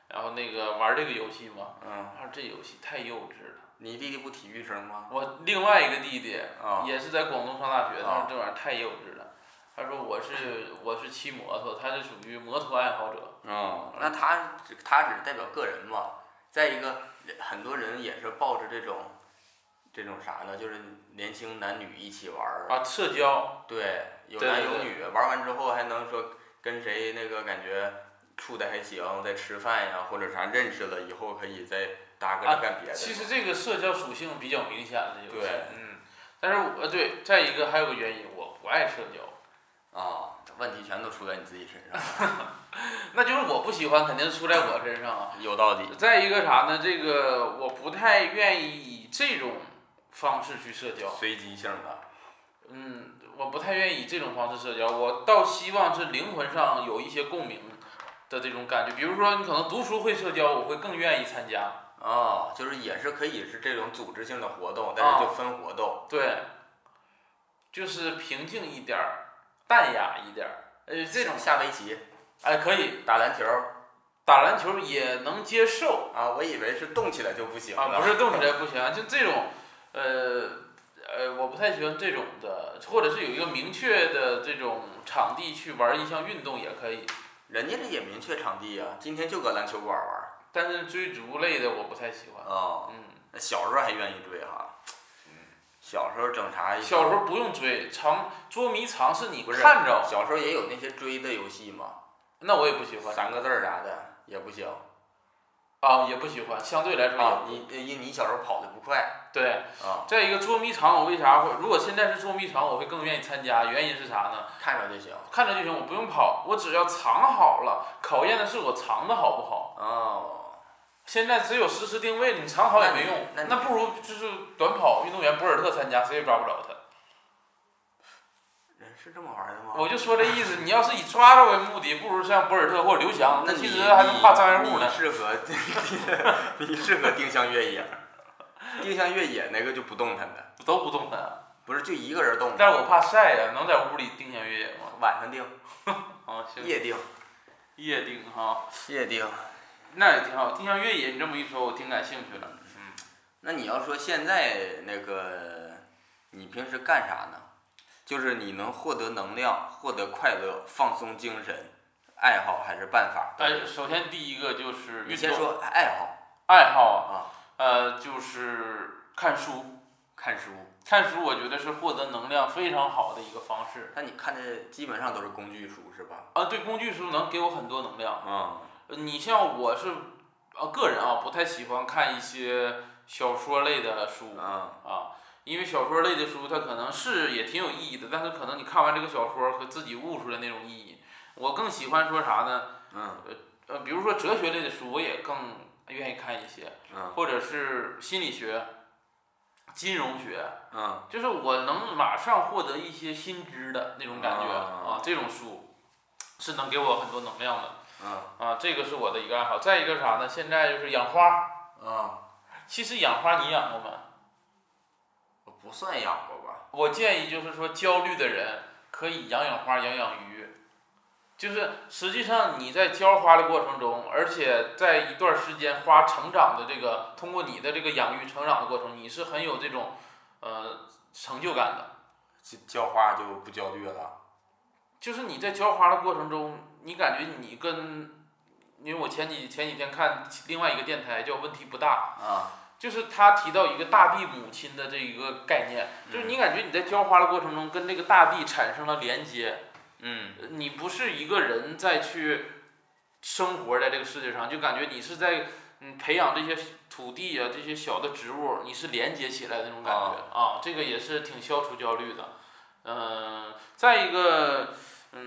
然后那个玩这个游戏嘛，说这游戏太幼稚了。 你弟弟不体育生吗？ 我另外一个弟弟也是在广东上大学，他说这玩意儿太幼稚了。他说我是骑摩托，他是属于摩托爱好者。 那他只代表个人嘛。再一个，很多人也是抱着这种啥呢？就是年轻男女一起玩社交。 对，有男有女，玩完之后还能说跟谁那个感觉处的还行，再吃饭呀或者啥认识了以后可以再搭个干别的。 其实这个社交属性比较明显的游戏。 对。 但是对，再一个还有个原因，我不爱社交。 问题全都出在你自己身上。 那就是我不喜欢，肯定是出在我身上啊。 有道理。 再一个啥呢？这个我不太愿意以这种方式去社交。 随机性的。 我不太愿意以这种方式社交，我倒希望是灵魂上有一些共鸣的这种感觉。比如说你可能读书会社交，我会更愿意参加。 就是也是可以是这种组织性的活动，但是就分活动。 对。就是平静一点儿，淡雅一点儿。这种下围棋。 可以。 打篮球。 打篮球也能接受。 我以为是动起来就不行了。 不是动起来不行，就这种，我不太喜欢这种的，或者是有一个明确的这种场地去玩一项运动也可以。 人家这也明确场地啊，今天就搁篮球馆玩。 但是追逐类的我不太喜欢。 小时候还愿意追哈。小时候整啥？ 小时候不用追，捉迷藏是你看着。 小时候也有那些追的游戏嘛。 那我也不喜欢。 3个字啥的也不行。 也不喜欢，相对来说你小时候跑得不快。 对。再一个捉迷藏，我为啥会？如果现在是捉迷藏，我会更愿意参加。原因是啥呢？ 看着就行。 看着就行，我不用跑，我只要藏好了。考验的是我藏的好不好。现在只有实时定位，你藏好也没用。那不如就是短跑运动员博尔特参加，谁也抓不着他。 人是这么玩的吗？ 我就说这意思，你要是以抓着为目的，不如像博尔特或者刘翔， 那其实还能怕障碍物呢。 你适合定向越野。定向越野那个就不动弹的。 都不动弹。 不是就一个人动。 但是我怕晒呀，能在屋里定向越野吗？ 晚上定。 行。 夜定。 夜定哈。 夜定。 那也挺好，定向越野你这么一说，我挺感兴趣的。 那你要说现在那个，你平时干啥呢？就是你能获得能量、获得快乐、放松精神，爱好还是办法？ 首先第一个就是运动。 你先说爱好。 爱好就是看书。看书我觉得是获得能量非常好的一个方式。 那你看的基本上都是工具书是吧？ 对，工具书能给我很多能量。你像我是个人不太喜欢看一些小说类的书。因为小说类的书它可能是也挺有意义的，但是可能你看完这个小说和自己悟出来那种意义，我更喜欢说啥呢？比如说哲学类的书我也更愿意看一些。或者是心理学、金融学。就是我能马上获得一些新知的那种感觉。这种书是能给我很多能量的。这个是我的一个爱好。再一个啥呢？现在就是养花。其实养花你养过吗？ 我不算养过吧。 我建议就是说焦虑的人可以养花、养鱼。就是实际上你在浇花的过程中，而且在一段时间花成长的这个，通过你的这个养育成长的过程，你是很有这种成就感的。 浇花就不焦虑了。 就是你在浇花的过程中，你感觉你因为我前几天看另外一个电台叫问题不大。就是他提到一个大地母亲的这一个概念，就是你感觉你在浇花的过程中跟这个大地产生了连接。你不是一个人在去生活在这个世界上，就感觉你是在培养这些土地这些小的植物，你是连接起来的那种感觉。这个也是挺消除焦虑的。再一个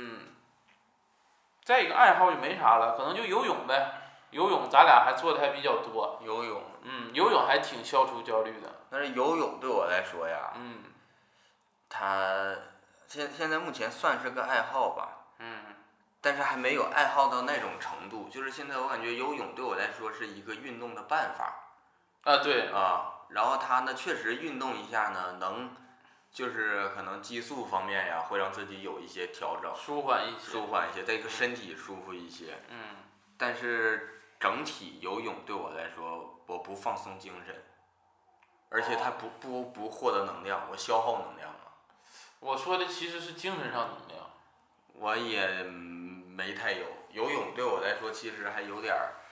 爱好就没啥了，可能就游泳呗。游泳咱俩还做的还比较多。 游泳。 游泳还挺消除焦虑的。 但是游泳对我来说呀，它现在目前算是个爱好吧。但是还没有爱好到那种程度，就是现在我感觉游泳对我来说是一个运动的办法。 对。 然后它呢确实运动一下呢，能就是可能激素方面呀会让自己有一些调整， 舒缓一些， 再一个身体舒服一些。但是整体游泳对我来说，我不放松精神，而且它不获得能量，我消耗能量了。 我说的其实是精神上能量。 我也没太有，游泳对我来说其实还有点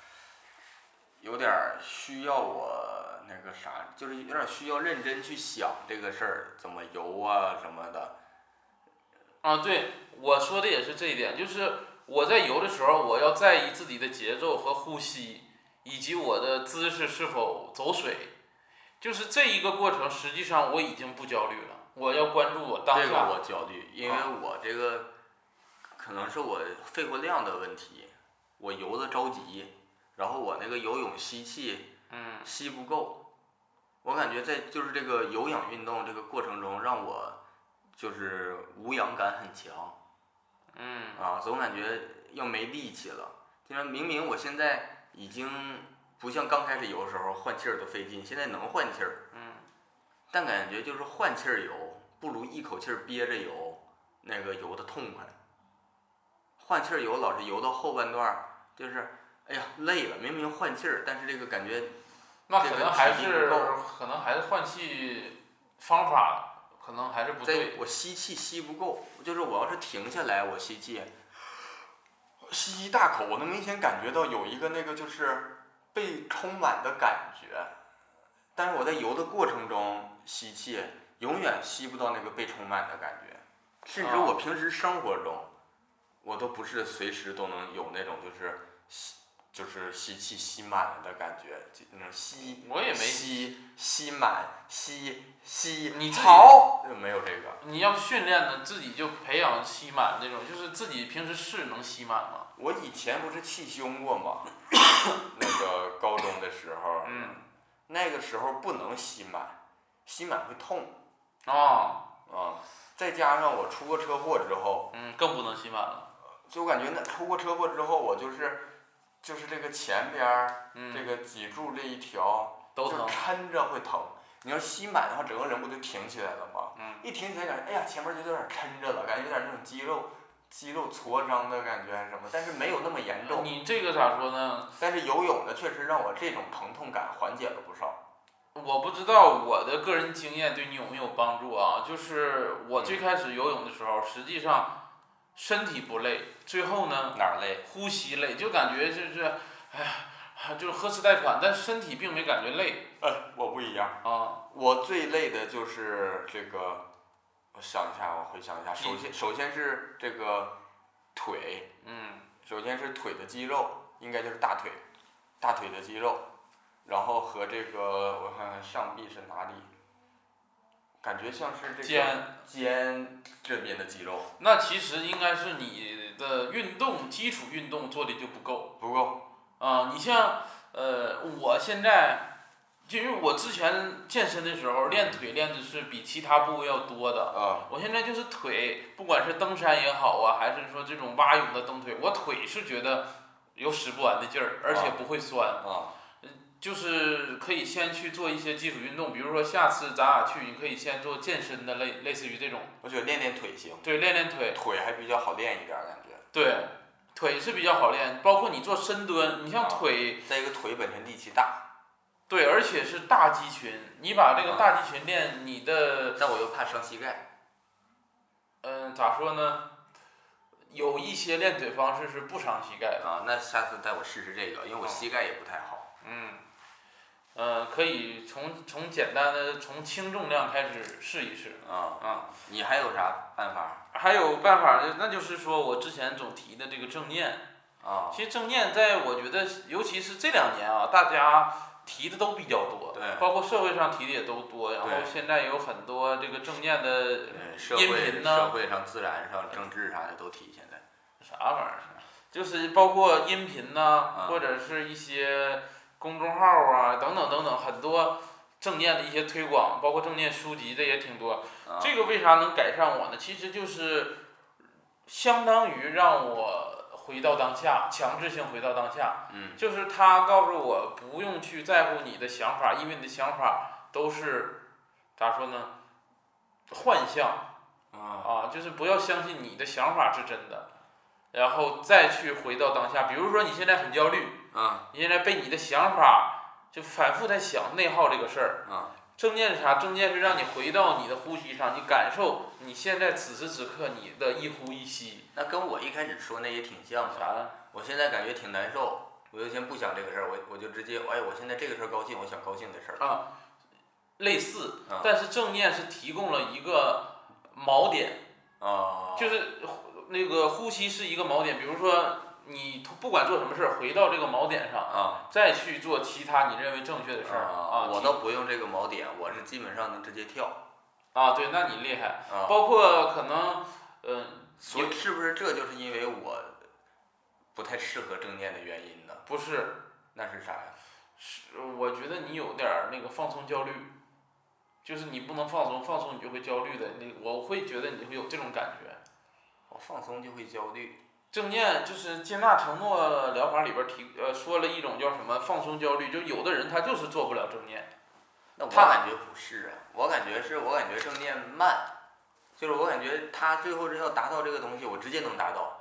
需要我那个啥，就是有点需要认真去想这个事儿，怎么游啊什么的。 啊，对，我说的也是这一点，就是我在游的时候，我要在意自己的节奏和呼吸，以及我的姿势是否走水，就是这一个过程，实际上我已经不焦虑了，我要关注我当下。 这个我焦虑，因为我这个可能是我肺活量的问题，我游的着急，然后我那个游泳吸气吸不够，我感觉在就是这个有氧运动这个过程中，让我就是无氧感很强，总感觉要没力气了。就是明明我现在已经不像刚开始游的时候换气儿都费劲，现在能换气儿，但感觉就是换气儿游不如一口气儿憋着游那个游的痛快。换气儿游老是游到后半段儿，就是哎呀累了，明明换气儿，但是这个感觉那可能还是换气方法可能还是不对。 我吸气吸不够，就是我要是停下来，我吸气，吸一大口，我能明显感觉到有一个那个就是被充满的感觉，但是我在游的过程中吸气，永远吸不到那个被充满的感觉，甚至我平时生活中，我都不是随时都能有那种就是吸气吸满了的感觉，那种吸我也没吸满吸你好没有这个。 你要训练呢，自己就培养吸满那种，就是自己平时是能吸满吗？ 我以前不是气胸过吗？那个高中的时候，那个时候不能吸满，吸满会痛。再加上我出过车祸之后， 更不能吸满了。 就我感觉出过车祸之后，我就是这个前边这个脊柱这一条都疼， 就抻着会疼。你要吸满的话，整个人不就挺起来了吗？一挺起来感觉，哎呀，前面就有点抻着了，感觉有点那种肌肉挫伤的感觉还是什么，但是没有那么严重。 你这个咋说呢？ 但是游泳的确实让我这种疼痛感缓解了不少。 我不知道我的个人经验对你有没有帮助啊？就是我最开始游泳的时候，实际上身体不累，最后呢哪儿累？ 呼吸累，就感觉就是，哎呀，就是呵哧带喘，但身体并没感觉累。 我不一样啊。 我最累的就是这个，我想一下，我回想一下，首先是这个腿，首先是腿的肌肉，应该就是大腿的肌肉，然后和这个我看看上臂是哪里，感觉像是这个肩这边的肌肉。 那其实应该是你的基础运动做的就不够。你像我现在。因为我之前健身的时候练腿练的是比其他部位要多的，我现在就是腿，不管是登山也好啊，还是说这种蛙泳的蹬腿，我腿是觉得有使不完的劲儿，而且不会酸，就是可以先去做一些基础运动，比如说下次咱俩去，你可以先做健身的类似于这种。 我觉得练练腿行。 对，练练腿。 腿还比较好练一点感觉。 对，腿是比较好练，包括你做深蹲，你像腿。 再一个腿本身力气大。 对，而且是大肌群，你把这个大肌群练，你的。 但我又怕伤膝盖。 咋说呢？有一些练腿方式是不伤膝盖的。 那下次带我试试这个，因为我膝盖也不太好。 可以从简单的从轻重量开始试一试。 你还有啥办法？ 还有办法，那就是说我之前总提的这个正念。其实正念我觉得，尤其是这2年啊，大家。提的都比较多，包括社会上提的也都多，然后现在有很多这个正念的音频呢， 社会上、自然上、政治啥的都提。现在啥玩意儿？就是包括音频呐，或者是一些公众号啊，等等等等，很多正念的一些推广，包括正念书籍的也挺多。这个为啥能改善我呢？其实就是相当于让我。回到当下，强制性回到当下，就是他告诉我不用去在乎你的想法，因为你的想法都是咋说呢？幻象，就是不要相信你的想法是真的，然后再去回到当下。比如说你现在很焦虑， 你现在被你的想法就反复在想内耗这个事儿。正念是啥？正念是让你回到你的呼吸上，你感受你现在此时此刻你的一呼一吸。 那跟我一开始说那也挺像的。 啥呢？ 我现在感觉挺难受，我就先不想这个事儿，我就直接，哎，我现在这个事儿高兴，我想高兴的事儿。 类似，但是正念是提供了一个锚点。就是那个呼吸是一个锚点，比如说你不管做什么事儿，回到这个锚点上，再去做其他你认为正确的事儿。 我倒不用这个锚点，我是基本上能直接跳。 对，那你厉害。包括可能， 所以是不是这就是因为我不太适合正念的原因呢？ 不是。 那是啥呀？ 我觉得你有点那个放松焦虑，就是你不能放松，放松你就会焦虑的。我会觉得你会有这种感觉。 我放松就会焦虑。 正念就是接纳承诺疗法里边说了一种叫什么放松焦虑，就有的人他就是做不了正念。 那我感觉不是啊，我感觉正念慢，就是我感觉他最后是要达到这个东西，我直接能达到。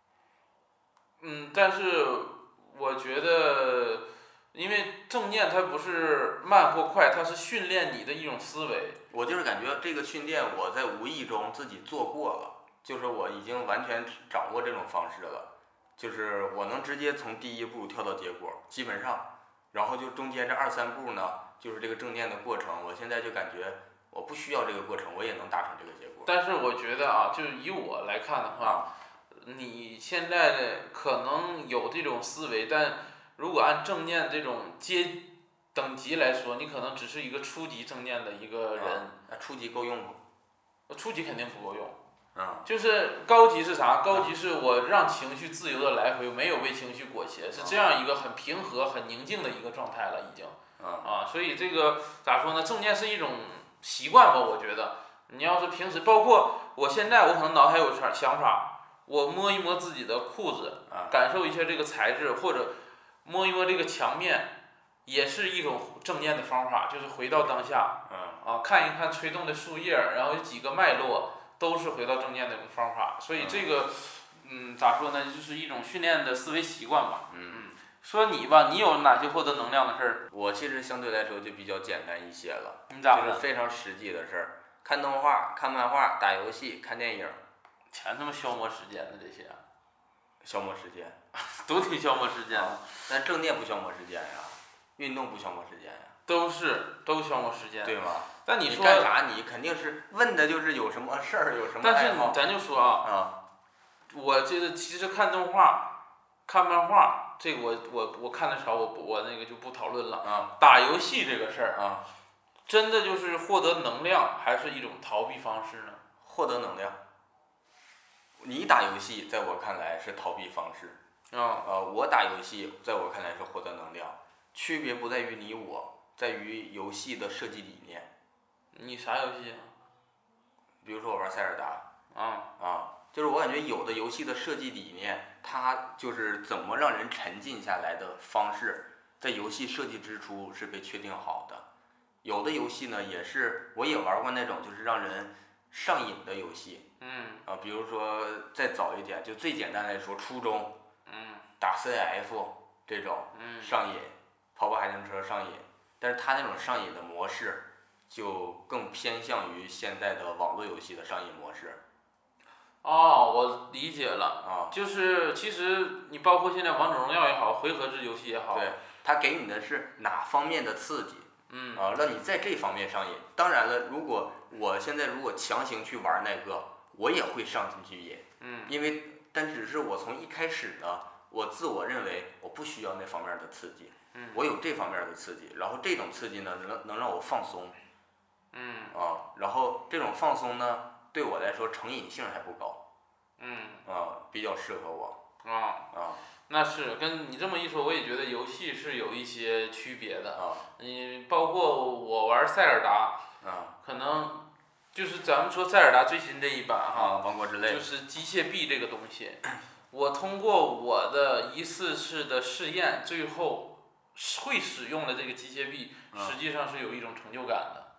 但是我觉得，因为正念它不是慢或快，它是训练你的一种思维。 我就是感觉这个训练我在无意中自己做过了。就是我已经完全掌握这种方式了，就是我能直接从第一步跳到结果，基本上，然后就中间这2、3步呢，就是这个正念的过程。我现在就感觉我不需要这个过程，我也能达成这个结果。 但是我觉得就是以我来看的话，你现在可能有这种思维，但如果按正念这种等级来说，你可能只是一个初级正念的一个人。 那初级够用不？ 初级肯定不够用。就是高级是啥？高级是我让情绪自由的来回，没有被情绪裹挟，是这样一个很平和、很宁静的一个状态了，已经。所以这个咋说呢？正念是一种习惯吧，我觉得。你要是平时，包括我现在，我可能脑海有想法，我摸一摸自己的裤子，感受一下这个材质，或者摸一摸这个墙面，也是一种正念的方法，就是回到当下。看一看吹动的树叶，然后有几个脉络。都是回到正念的一种方法，所以这个，咋说呢，就是一种训练的思维习惯吧。说你吧，你有哪些获得能量的事儿？ 我其实相对来说就比较简单一些了， 就是非常实际的事儿，看动画、看漫画、打游戏、看电影。 全他妈消磨时间的这些。 消磨时间。 都挺消磨时间。 但正念不消磨时间呀，运动不消磨时间呀。 都消磨时间。对吗？ 但你说干啥？你肯定是问的就是有什么事儿，有什么爱好。 但是咱就说我这个其实看动画、看漫画，这个我看的少，我那个就不讨论了。打游戏这个事儿真的就是获得能量，还是一种逃避方式呢？ 获得能量。你打游戏在我看来是逃避方式。我打游戏在我看来是获得能量，区别不在于你我。在于游戏的设计理念。 你啥游戏啊？ 比如说我玩塞尔达。就是我感觉有的游戏的设计理念，它就是怎么让人沉浸下来的方式，在游戏设计之初是被确定好的。有的游戏呢，我也玩过那种就是让人上瘾的游戏。比如说再早一点，就最简单来说，初中。打 CF 这种上瘾，跑海滩车上瘾。但是它那种上瘾的模式，就更偏向于现在的网络游戏的上瘾模式。 我理解了。就是其实你包括现在王者荣耀也好，回合制游戏也好， 对，它给你的是哪方面的刺激？让你在这方面上瘾。当然了，我现在如果强行去玩那个，我也会上进去瘾。但只是我从一开始呢，我自我认为我不需要那方面的刺激。我有这方面的刺激，然后这种刺激呢能让我放松。然后这种放松呢，对我来说成瘾性还不高。比较适合我。 那是跟你这么一说，我也觉得游戏是有一些区别的。你包括我玩塞尔达，可能就是咱们说塞尔达最新这一版王国之泪， 就是机械臂这个东西，我通过我的一次次的试验，最后会使用的这个机械臂，实际上是有一种成就感的。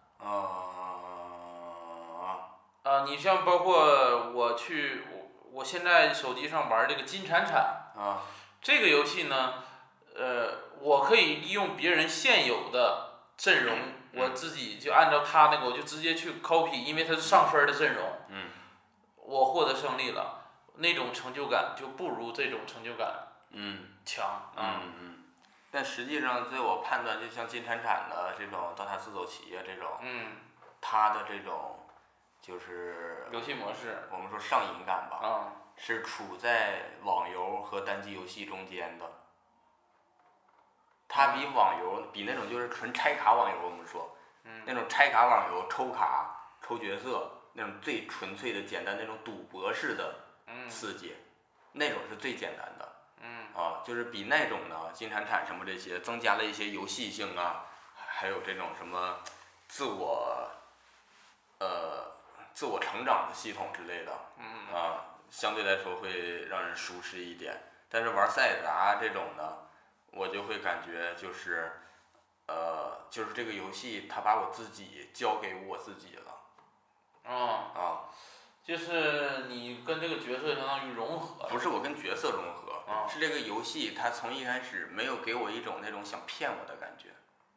你像包括我现在手机上玩这个金铲铲，这个游戏呢， 我可以利用别人现有的阵容，我自己就按照他那个，我就直接去 copy，因为他是上分的阵容，我获得胜利了，那种成就感就不如这种成就感强。 但实际上，在我判断，就像金铲铲的这种刀塔四走棋啊这种，它的这种就是游戏模式， 我们说上瘾感吧，是处在网游和单机游戏中间的。它比网游，比那种就是纯拆卡网游，我们说，那种拆卡网游抽卡、抽角色那种最纯粹的简单那种赌博式的刺激，那种是最简单的。就是比那种呢，金铲铲什么这些增加了一些游戏性啊，还有这种什么自我成长的系统之类的，相对来说会让人舒适一点。但是玩塞尔达这种呢，我就会感觉就是就是这个游戏它把我自己交给我自己了。 就是你跟这个角色相当于融合。 不是我跟角色融合，是这个游戏它从一开始没有给我一种那种想骗我的感觉。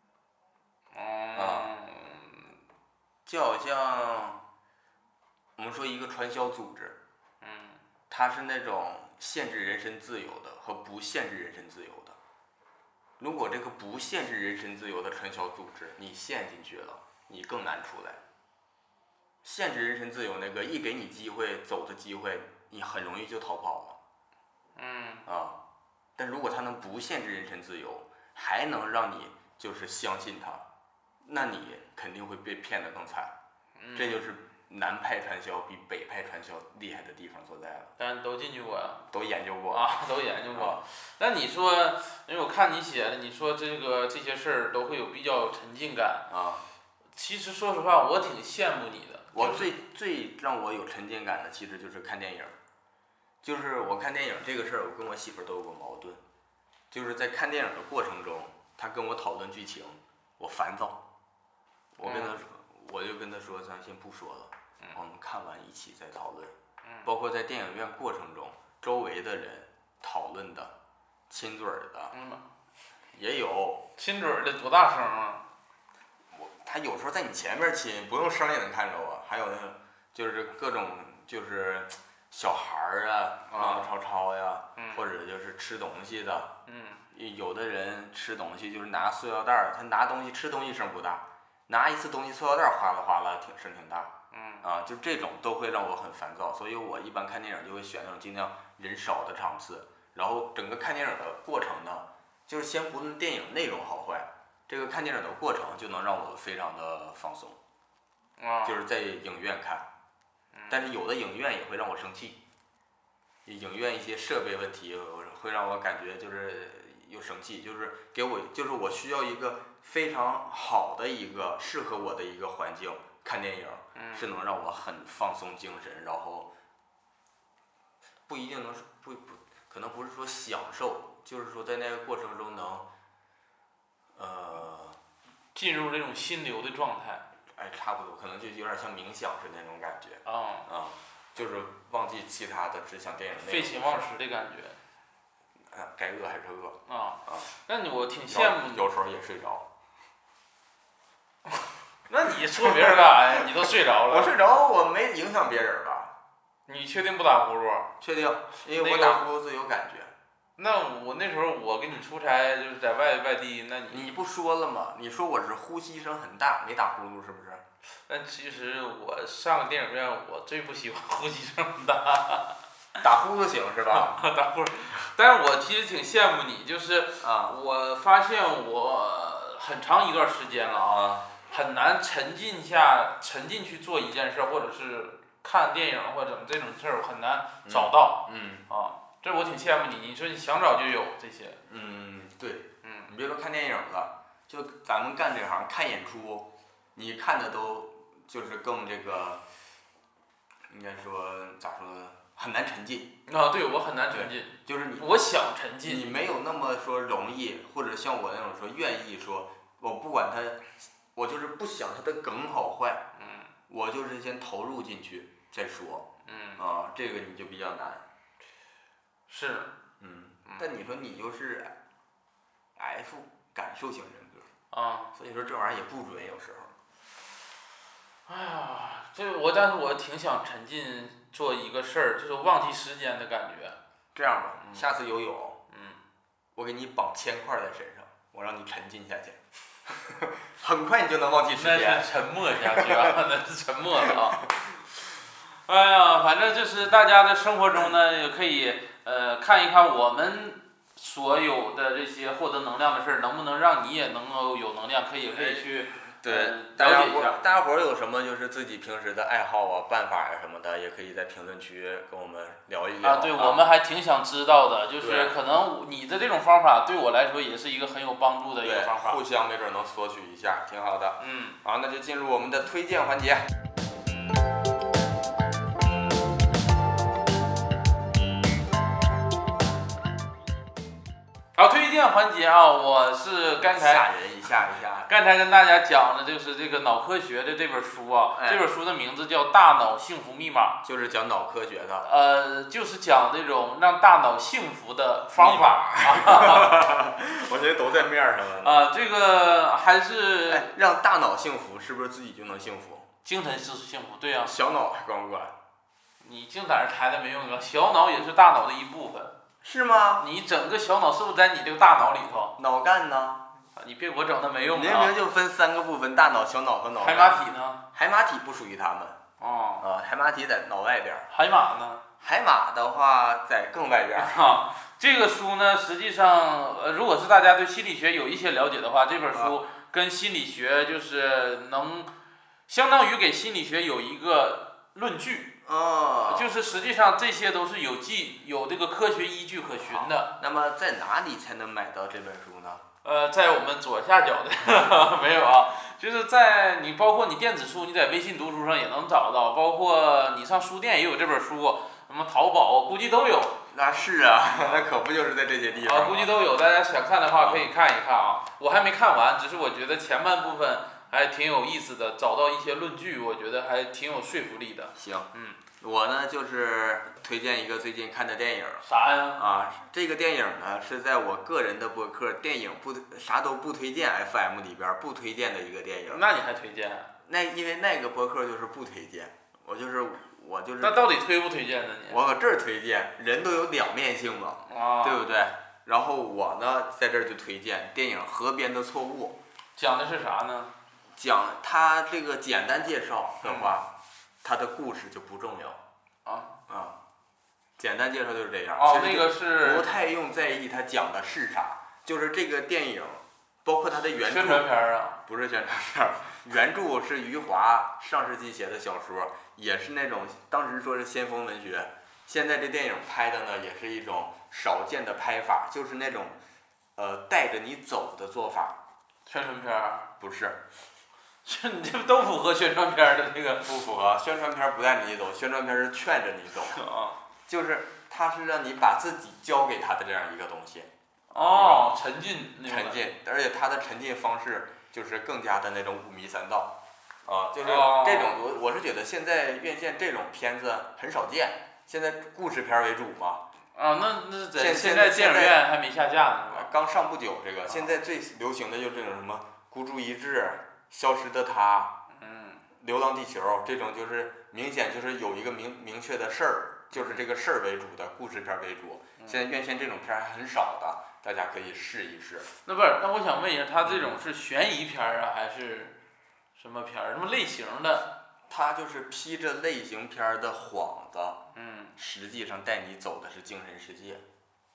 就好像我们说一个传销组织，它是那种限制人身自由的和不限制人身自由的。如果这个不限制人身自由的传销组织你陷进去了，你更难出来。限制人身自由那个一给你机会走的机会，你很容易就逃跑了。但如果他能不限制人身自由，还能让你就是相信他，那你肯定会被骗得更惨。这就是南派传销比北派传销厉害的地方所在了。 但都进去过呀， 都研究过都研究过。那你说，因为我看你写的，你说这些事儿都会有比较有沉浸感其实说实话，我挺羡慕你的。 我最让我有沉浸感的，其实就是看电影。就是我看电影这个事儿，我跟我媳妇儿都有过矛盾。就是在看电影的过程中，她跟我讨论剧情，我烦躁。我就跟她说，咱先不说了，我们看完一起再讨论。包括在电影院过程中，周围的人讨论的、亲嘴儿的，也有。 亲嘴儿的多大声啊？ 他有时候在你前面亲，不用声也能看着我。还有那种就是各种就是小孩儿闹闹吵吵呀，或者就是吃东西的。有的人吃东西就是拿塑料袋儿，他拿东西吃东西声不大，拿一次东西塑料袋儿哗啦哗啦声挺大。就这种都会让我很烦躁，所以我一般看电影就会选那种尽量人少的场次。然后整个看电影的过程呢，就是先不论电影内容好坏。这个看电影的过程就能让我非常的放松，就是在影院看。但是有的影院也会让我生气，影院一些设备问题会让我感觉就是又生气，就是我需要一个非常好的一个适合我的一个环境看电影，是能让我很放松精神，然后不一定能可能不是说享受，就是说在那个过程中能进入这种心流的状态。 差不多，可能就有点像冥想是那种感觉。就是忘记其他的，只想电影内容。 废寝忘食的感觉。 该饿还是饿。 那我挺羡慕你。 有时候也睡着。 那你说别人干啥呀？你都睡着了。 我睡着，我没影响别人吧？ 你确定不打呼噜？ 确定，因为我打呼噜自有感觉。 那我那时候我跟你出差就是在外地，那你不说了吗？你说我是呼吸声很大，没打呼噜是不是？ 但其实我上电影院，我最不喜欢呼吸声很大。 打呼噜行是吧？ 打呼噜，但是我其实挺羡慕你，就是我发现我很长一段时间了很难沉浸去做一件事，或者是看电影或者怎么这种事儿，很难找到。这我挺羡慕你。你说你想找就有这些。 对。你别说看电影了，就咱们干这行看演出，你看的都就是更这个，应该说咋说呢？很难沉浸。 对，我很难沉浸。 就是我想沉浸。 你没有那么说容易，或者像我那种说愿意说，我不管它，我就是不想它的梗好坏。我就是先投入进去再说。这个你就比较难。 是。 但你说你就是富感受型人格啊。 所以说这玩意儿也不准，有时候。 哎呀，但是我挺想沉浸做一个事儿，就是忘记时间的感觉。 这样吧，下次游泳，我给你绑铅块在身上，我让你沉浸下去，很快你就能忘记时间。 那是沉默下去啊，那是沉默了啊。哎呀，反正就是大家的生活中呢，也可以看一看我们所有的这些获得能量的事儿，能不能让你也能够有能量，可以去。 对，大家伙有什么就是自己平时的爱好啊、办法啊什么的，也可以在评论区跟我们聊一聊。 啊，对，我们还挺想知道的，就是可能你的这种方法对我来说也是一个很有帮助的一个方法。 互相没准能索取一下，挺好的。好，那就进入我们的推荐环节。 好，推荐环节啊，我是刚才吓人一下。 刚才跟大家讲的就是这个脑科学的这本书啊，这本书的名字叫《大脑幸福密码》， 就是讲脑科学的。 就是讲那种让大脑幸福的方法。 我觉得都在面上了。 这个还是让大脑幸福，是不是自己就能幸福？ 精神是幸福，对呀。 小脑还管不管？ 你净在这抬的没用啊，小脑也是大脑的一部分。 是吗？ 你整个小脑是不是在你这个大脑里头？ 脑干呢？ 你别给我整那没用的。 明明就分3个部分：大脑、小脑和脑干。 海马体呢？ 海马体不属于它们。海马体在脑外边。 海马呢？ 海马的话在更外边。 这个书呢，实际上，如果是大家对心理学有一些了解的话，这本书跟心理学就是能，相当于给心理学有一个论据。就是实际上这些都是有这个科学依据可循的。 那么在哪里才能买到这本书呢？ 在我们左下角的没有啊，就是包括你电子书，你在微信读书上也能找到，包括你上书店也有这本书，什么淘宝估计都有。 那是啊，那可不就是在这些地方。 估计都有，大家想看的话可以看一看啊。我还没看完，只是我觉得前半部分还挺有意思的，找到一些论据，我觉得还挺有说服力的。 行，我呢就是推荐一个最近看的电影。 啥呀？ 这个电影呢是在我个人的博客电影啥都不推荐 FM 里边不推荐的一个电影。 那你还推荐？ 因为那个博客就是不推荐，我就是。 那到底推不推荐呢？你？ 我搁这儿推荐，人都有两面性嘛，对不对？然后我呢在这儿就推荐电影《河边的错误》。 讲的是啥呢？ 讲它这个简单介绍的话，它的故事就不重要。简单介绍就是这样。 那个是不太用在意它讲的是啥，就是这个电影，包括它的原著。 宣传片啊？ 不是宣传片，原著是余华上世纪写的小说，也是那种当时说是先锋文学。现在这电影拍的呢，也是一种少见的拍法，就是那种带着你走的做法。 宣传片？ 不是。 你这都符合宣传片的这个。 不符合，宣传片不带着你走，宣传片是劝着你走。就是它是让你把自己交给他的这样一个东西。 沉浸， 而且它的沉浸方式就是更加的那种五迷三道。就是这种我是觉得现在院线这种片子很少见，现在故事片为主嘛。 那现在电影院还没下架呢。 刚上不久，这个现在最流行的就是这种什么孤注一掷、消失的她、流浪地球这种，就是明显就是有一个明确的事儿，就是这个事儿为主的故事片为主。现在院线这种片还很少的，大家可以试一试。 那我想问一下，它这种是悬疑片啊，还是什么片儿？什么类型的？ 它就是披着类型片的幌子，实际上带你走的是精神世界。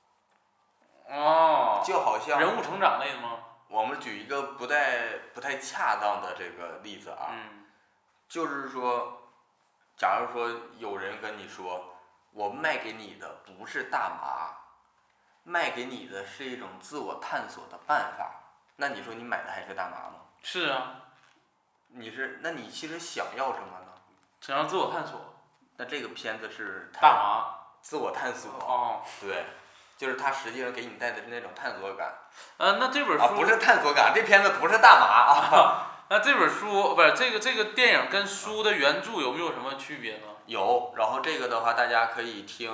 就好像人物成长类的吗？ 我们举一个不太恰当的这个例子啊，就是说，假如说有人跟你说，我卖给你的不是大麻，卖给你的是一种自我探索的办法，那你说你买的还是大麻吗？ 是啊。 那你其实想要什么呢？ 想要自我探索。 那这个片子是大麻。 自我探索。对，就是它实际上给你带的是那种探索感。 那这本书不是探索感，这片子不是大麻那这本书不是这个电影跟书的原著有没有什么区别呢？ 有，然后这个的话，大家可以听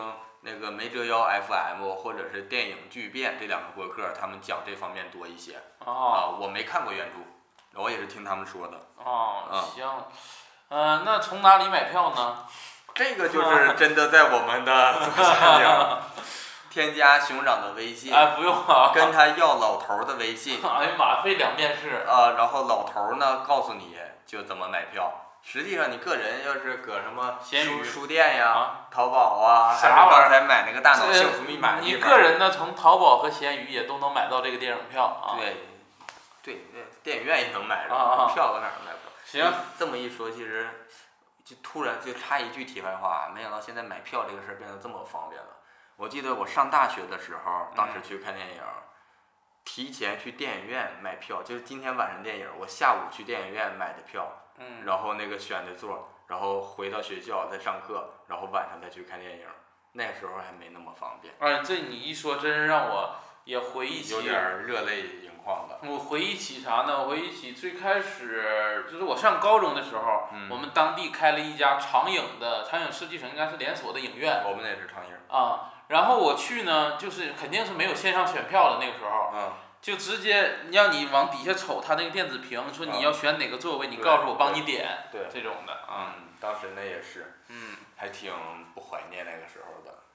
那个没折腰 FM 或者是电影巨变这2个播客，他们讲这方面多一些。我没看过原著，我也是听他们说的。 行。那从哪里买票呢？ 这个就是真的在我们的左下角添加熊掌的微信。 不用啊。 跟他要老头的微信。 哎呀妈，费2面试。 然后老头呢告诉你就怎么买票。实际上你个人要是搁什么书店呀、淘宝啊，还是刚才买那个大脑幸福密码的地方， 你个人呢从淘宝和闲鱼也都能买到这个电影票啊。 对，电影院也能买着，票搁哪儿能买不着？ 行， 这么一说，其实就突然就插一句题外话，没想到现在买票这个事儿变得这么方便了。我记得我上大学的时候，当时去看电影，提前去电影院买票，就是今天晚上电影，我下午去电影院买的票。然后那个选的座，然后回到学校再上课，然后晚上再去看电影，那时候还没那么方便。 这你一说，真是让我也回忆起， 有点热泪盈眶的。 我回忆起啥呢？我回忆起最开始就是我上高中的时候，我们当地开了一家长影世纪城应该是连锁的影院。 我们那也是长影。 然后我去呢，就是肯定是没有线上选票的那个时候。就直接让你往底下瞅他那个电子屏，说你要选哪个座位，你告诉我帮你点，这种的。 当时那也是，还挺不怀念那个时候的。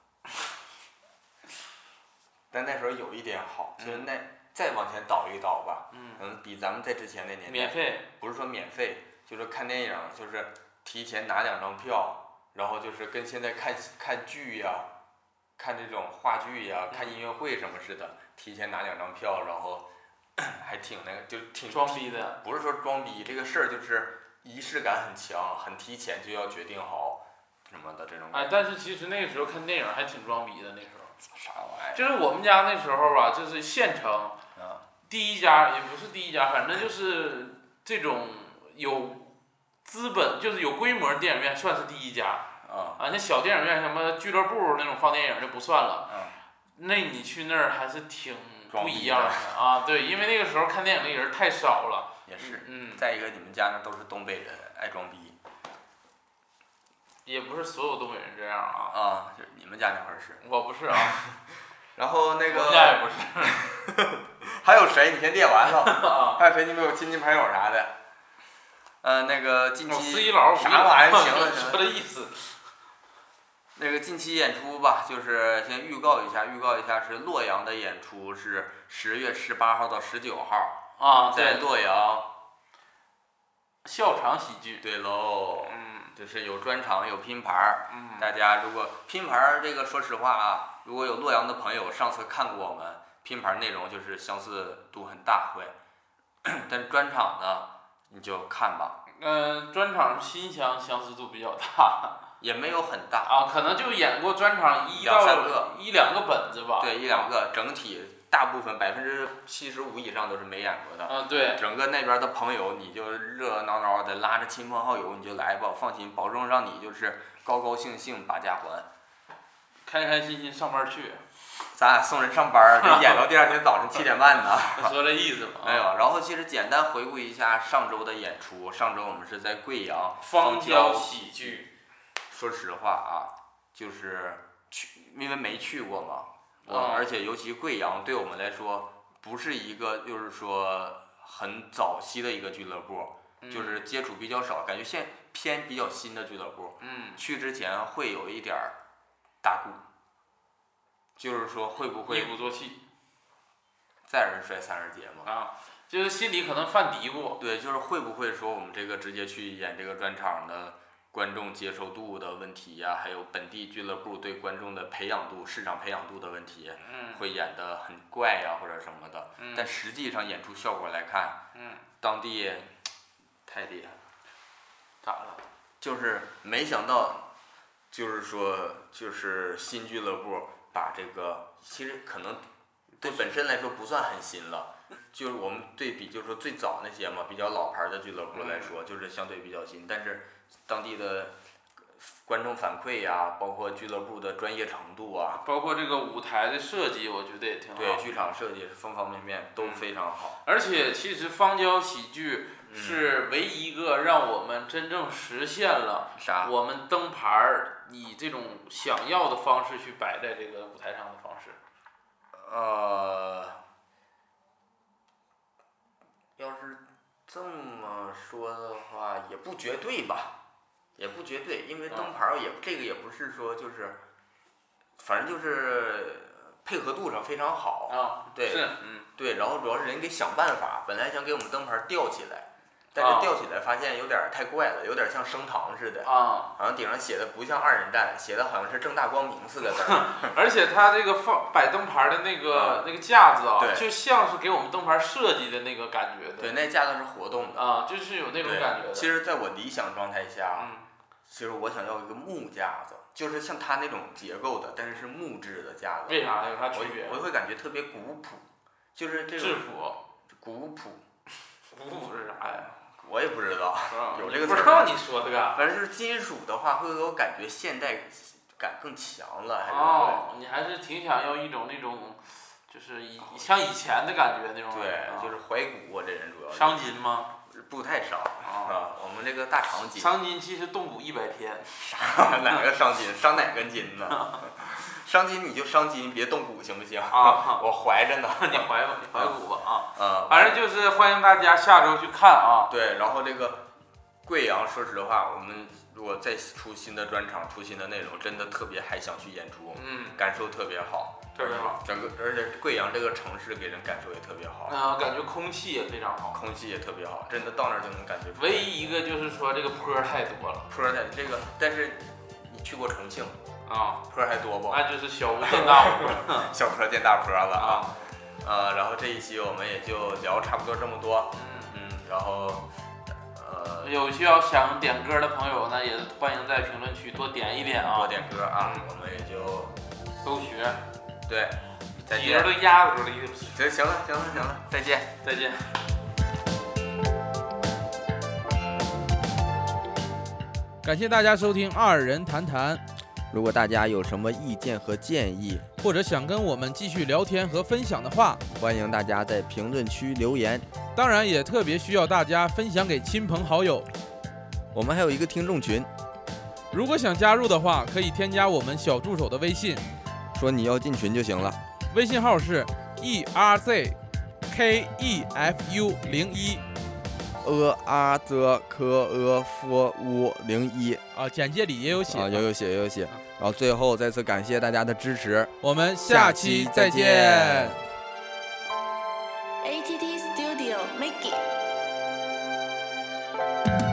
但那时候有一点好，就是再往前倒一倒吧，可能比咱们在之前那年代， 免费， 不是说免费，就是看电影，就是提前拿2张票，然后就是跟现在看剧呀、看这种话剧呀、看音乐会什么似的。提前拿2张票，然后还挺就挺装逼的。 不是说装逼，这个事儿就是仪式感很强，很提前就要决定好什么的这种。 但是其实那个时候看电影还挺装逼的，那时候。 啥玩意儿？ 就是我们家那时候吧，就是县城，第一家也不是第一家，反正就是这种有资本，就是有规模的电影院算是第一家。那小电影院什么俱乐部那种放电影就不算了。那你去那儿还是挺不一样的对，因为那个时候看电影的人太少了。 也是。再一个，你们家那都是东北人，爱装逼。 也不是所有东北人这样就是你们家那会儿是。 我不是然后那个。 我们家也不是。 还有谁？你先列完了。还有谁？你们有亲戚朋友啥的？那个近期。啥玩意儿？行了。 说的意思。 那个近期演出吧，就是先预告一下是洛阳的演出，是10月18号到19号。在洛阳。 笑场喜剧。 对喽。就是有专场有拼盘。大家如果拼盘这个，说实话如果有洛阳的朋友上次看过我们拼盘内容，就是相似度很大会。但专场呢，你就看吧。 专场新乡相似度比较大。 也没有很大可能就演过专场1到2个本子吧。 对，1、2个，整体大部分75%以上都是没演过的。 对。 整个那边的朋友，你就热热闹闹的拉着亲朋好友，你就来吧，放心，保证让你就是高高兴兴把家还， 开开心心上班去。 咱俩送人上班，得演到第2天早上7点半呢。 说这意思嘛。 没有，然后其实简单回顾一下上周的演出。上周我们是在贵阳芳郊喜剧。 说实话就是因为没去过嘛，而且尤其贵阳对我们来说不是一个就是说很早期的一个俱乐部，就是接触比较少，感觉偏比较新的俱乐部。去之前会有一点大顾，就是说会不会一鼓作气， 再人摔3人节嘛？ 就是心里可能犯嘀咕。 对，就是会不会说我们这个直接去演这个专场的观众接受度的问题呀，还有本地俱乐部对观众的培养度、市场培养度的问题，会演得很怪呀或者什么的。但实际上演出效果来看，当地太厉害了。 咋了？ 就是没想到，就是说，就是新俱乐部把这个，其实可能对本身来说不算很新了。就是我们对比，就是说最早那些嘛，比较老牌的俱乐部来说，就是相对比较新，但是当地的观众反馈呀，包括俱乐部的专业程度包括这个舞台的设计，我觉得也挺好。 对，剧场设计方方面面都非常好。 而且其实芳郊喜剧是唯一一个让我们真正实现了我们灯牌你这种想要的方式去摆在这个舞台上的方式？ 要是这么说的话，也不绝对吧，也不绝对，因为灯牌这个也不是说就是，反正就是配合度上非常好对，对，然后主要是人给想办法，本来想给我们灯牌吊起来。但是吊起来发现有点太怪了，有点像升堂似的好像顶上写的不像2人站，写的好像是正大光明4个字而且它这个摆灯牌的那个架子对， 就像是给我们灯牌设计的那个感觉对，那架子是活动的就是有那种感觉的。 其实在我理想状态下其实我想要一个木架子，就是像它那种结构的，但是是木质的架子。 为啥有啥区别？ 我会感觉特别古朴，就是这种质朴古朴是啥呀？ 我也不知道，有这个词。 不知道你说的个。 反正就是金属的话，会给我感觉现代感更强了，还是你还是挺想要一种那种，就是像以前的感觉那种。 对，就是怀古。我这人主要。 伤筋吗？ 不太伤我们这个大肠筋。 伤筋其实冻补100天。 啥？哪个伤筋？伤哪根筋呢？伤筋你就伤筋，别动骨行不行？我怀着呢。 你怀骨吧反正就是欢迎大家下周去看对，然后这个贵阳，说实话，我们如果再出新的专场，出新的内容，真的特别还想去演出。感受特别好， 特别好。 而且贵阳这个城市给人感受也特别好。 感觉空气也非常好。 空气也特别好，真的到那儿就能感觉。 唯一一个就是说这个坡太多了。 坡太这个，但是你去过重庆？坡还多不？ 那就是小巫见大巫， 小坡见大坡了然后这一期我们也就聊差不多这么多。然后有需要想点歌的朋友呢，也欢迎在评论区多点一点多点歌我们也就都学。 对，再见。 几人都压住了，意思。 行了，再见。 感谢大家收听2人谈谈。 如果大家有什么意见和建议， 或者想跟我们继续聊天和分享的话， 欢迎大家在评论区留言。 当然也特别需要大家分享给亲朋好友。 我们还有一个听众群， 如果想加入的话，可以添加我们小助手的微信， 说你要进群就行了。 微信号是 ERZKEFU01。 ERZKEFU01 简介里也有写有写。然后最后再次感谢大家的支持， 我们下期再见。 ATT Studio Make it。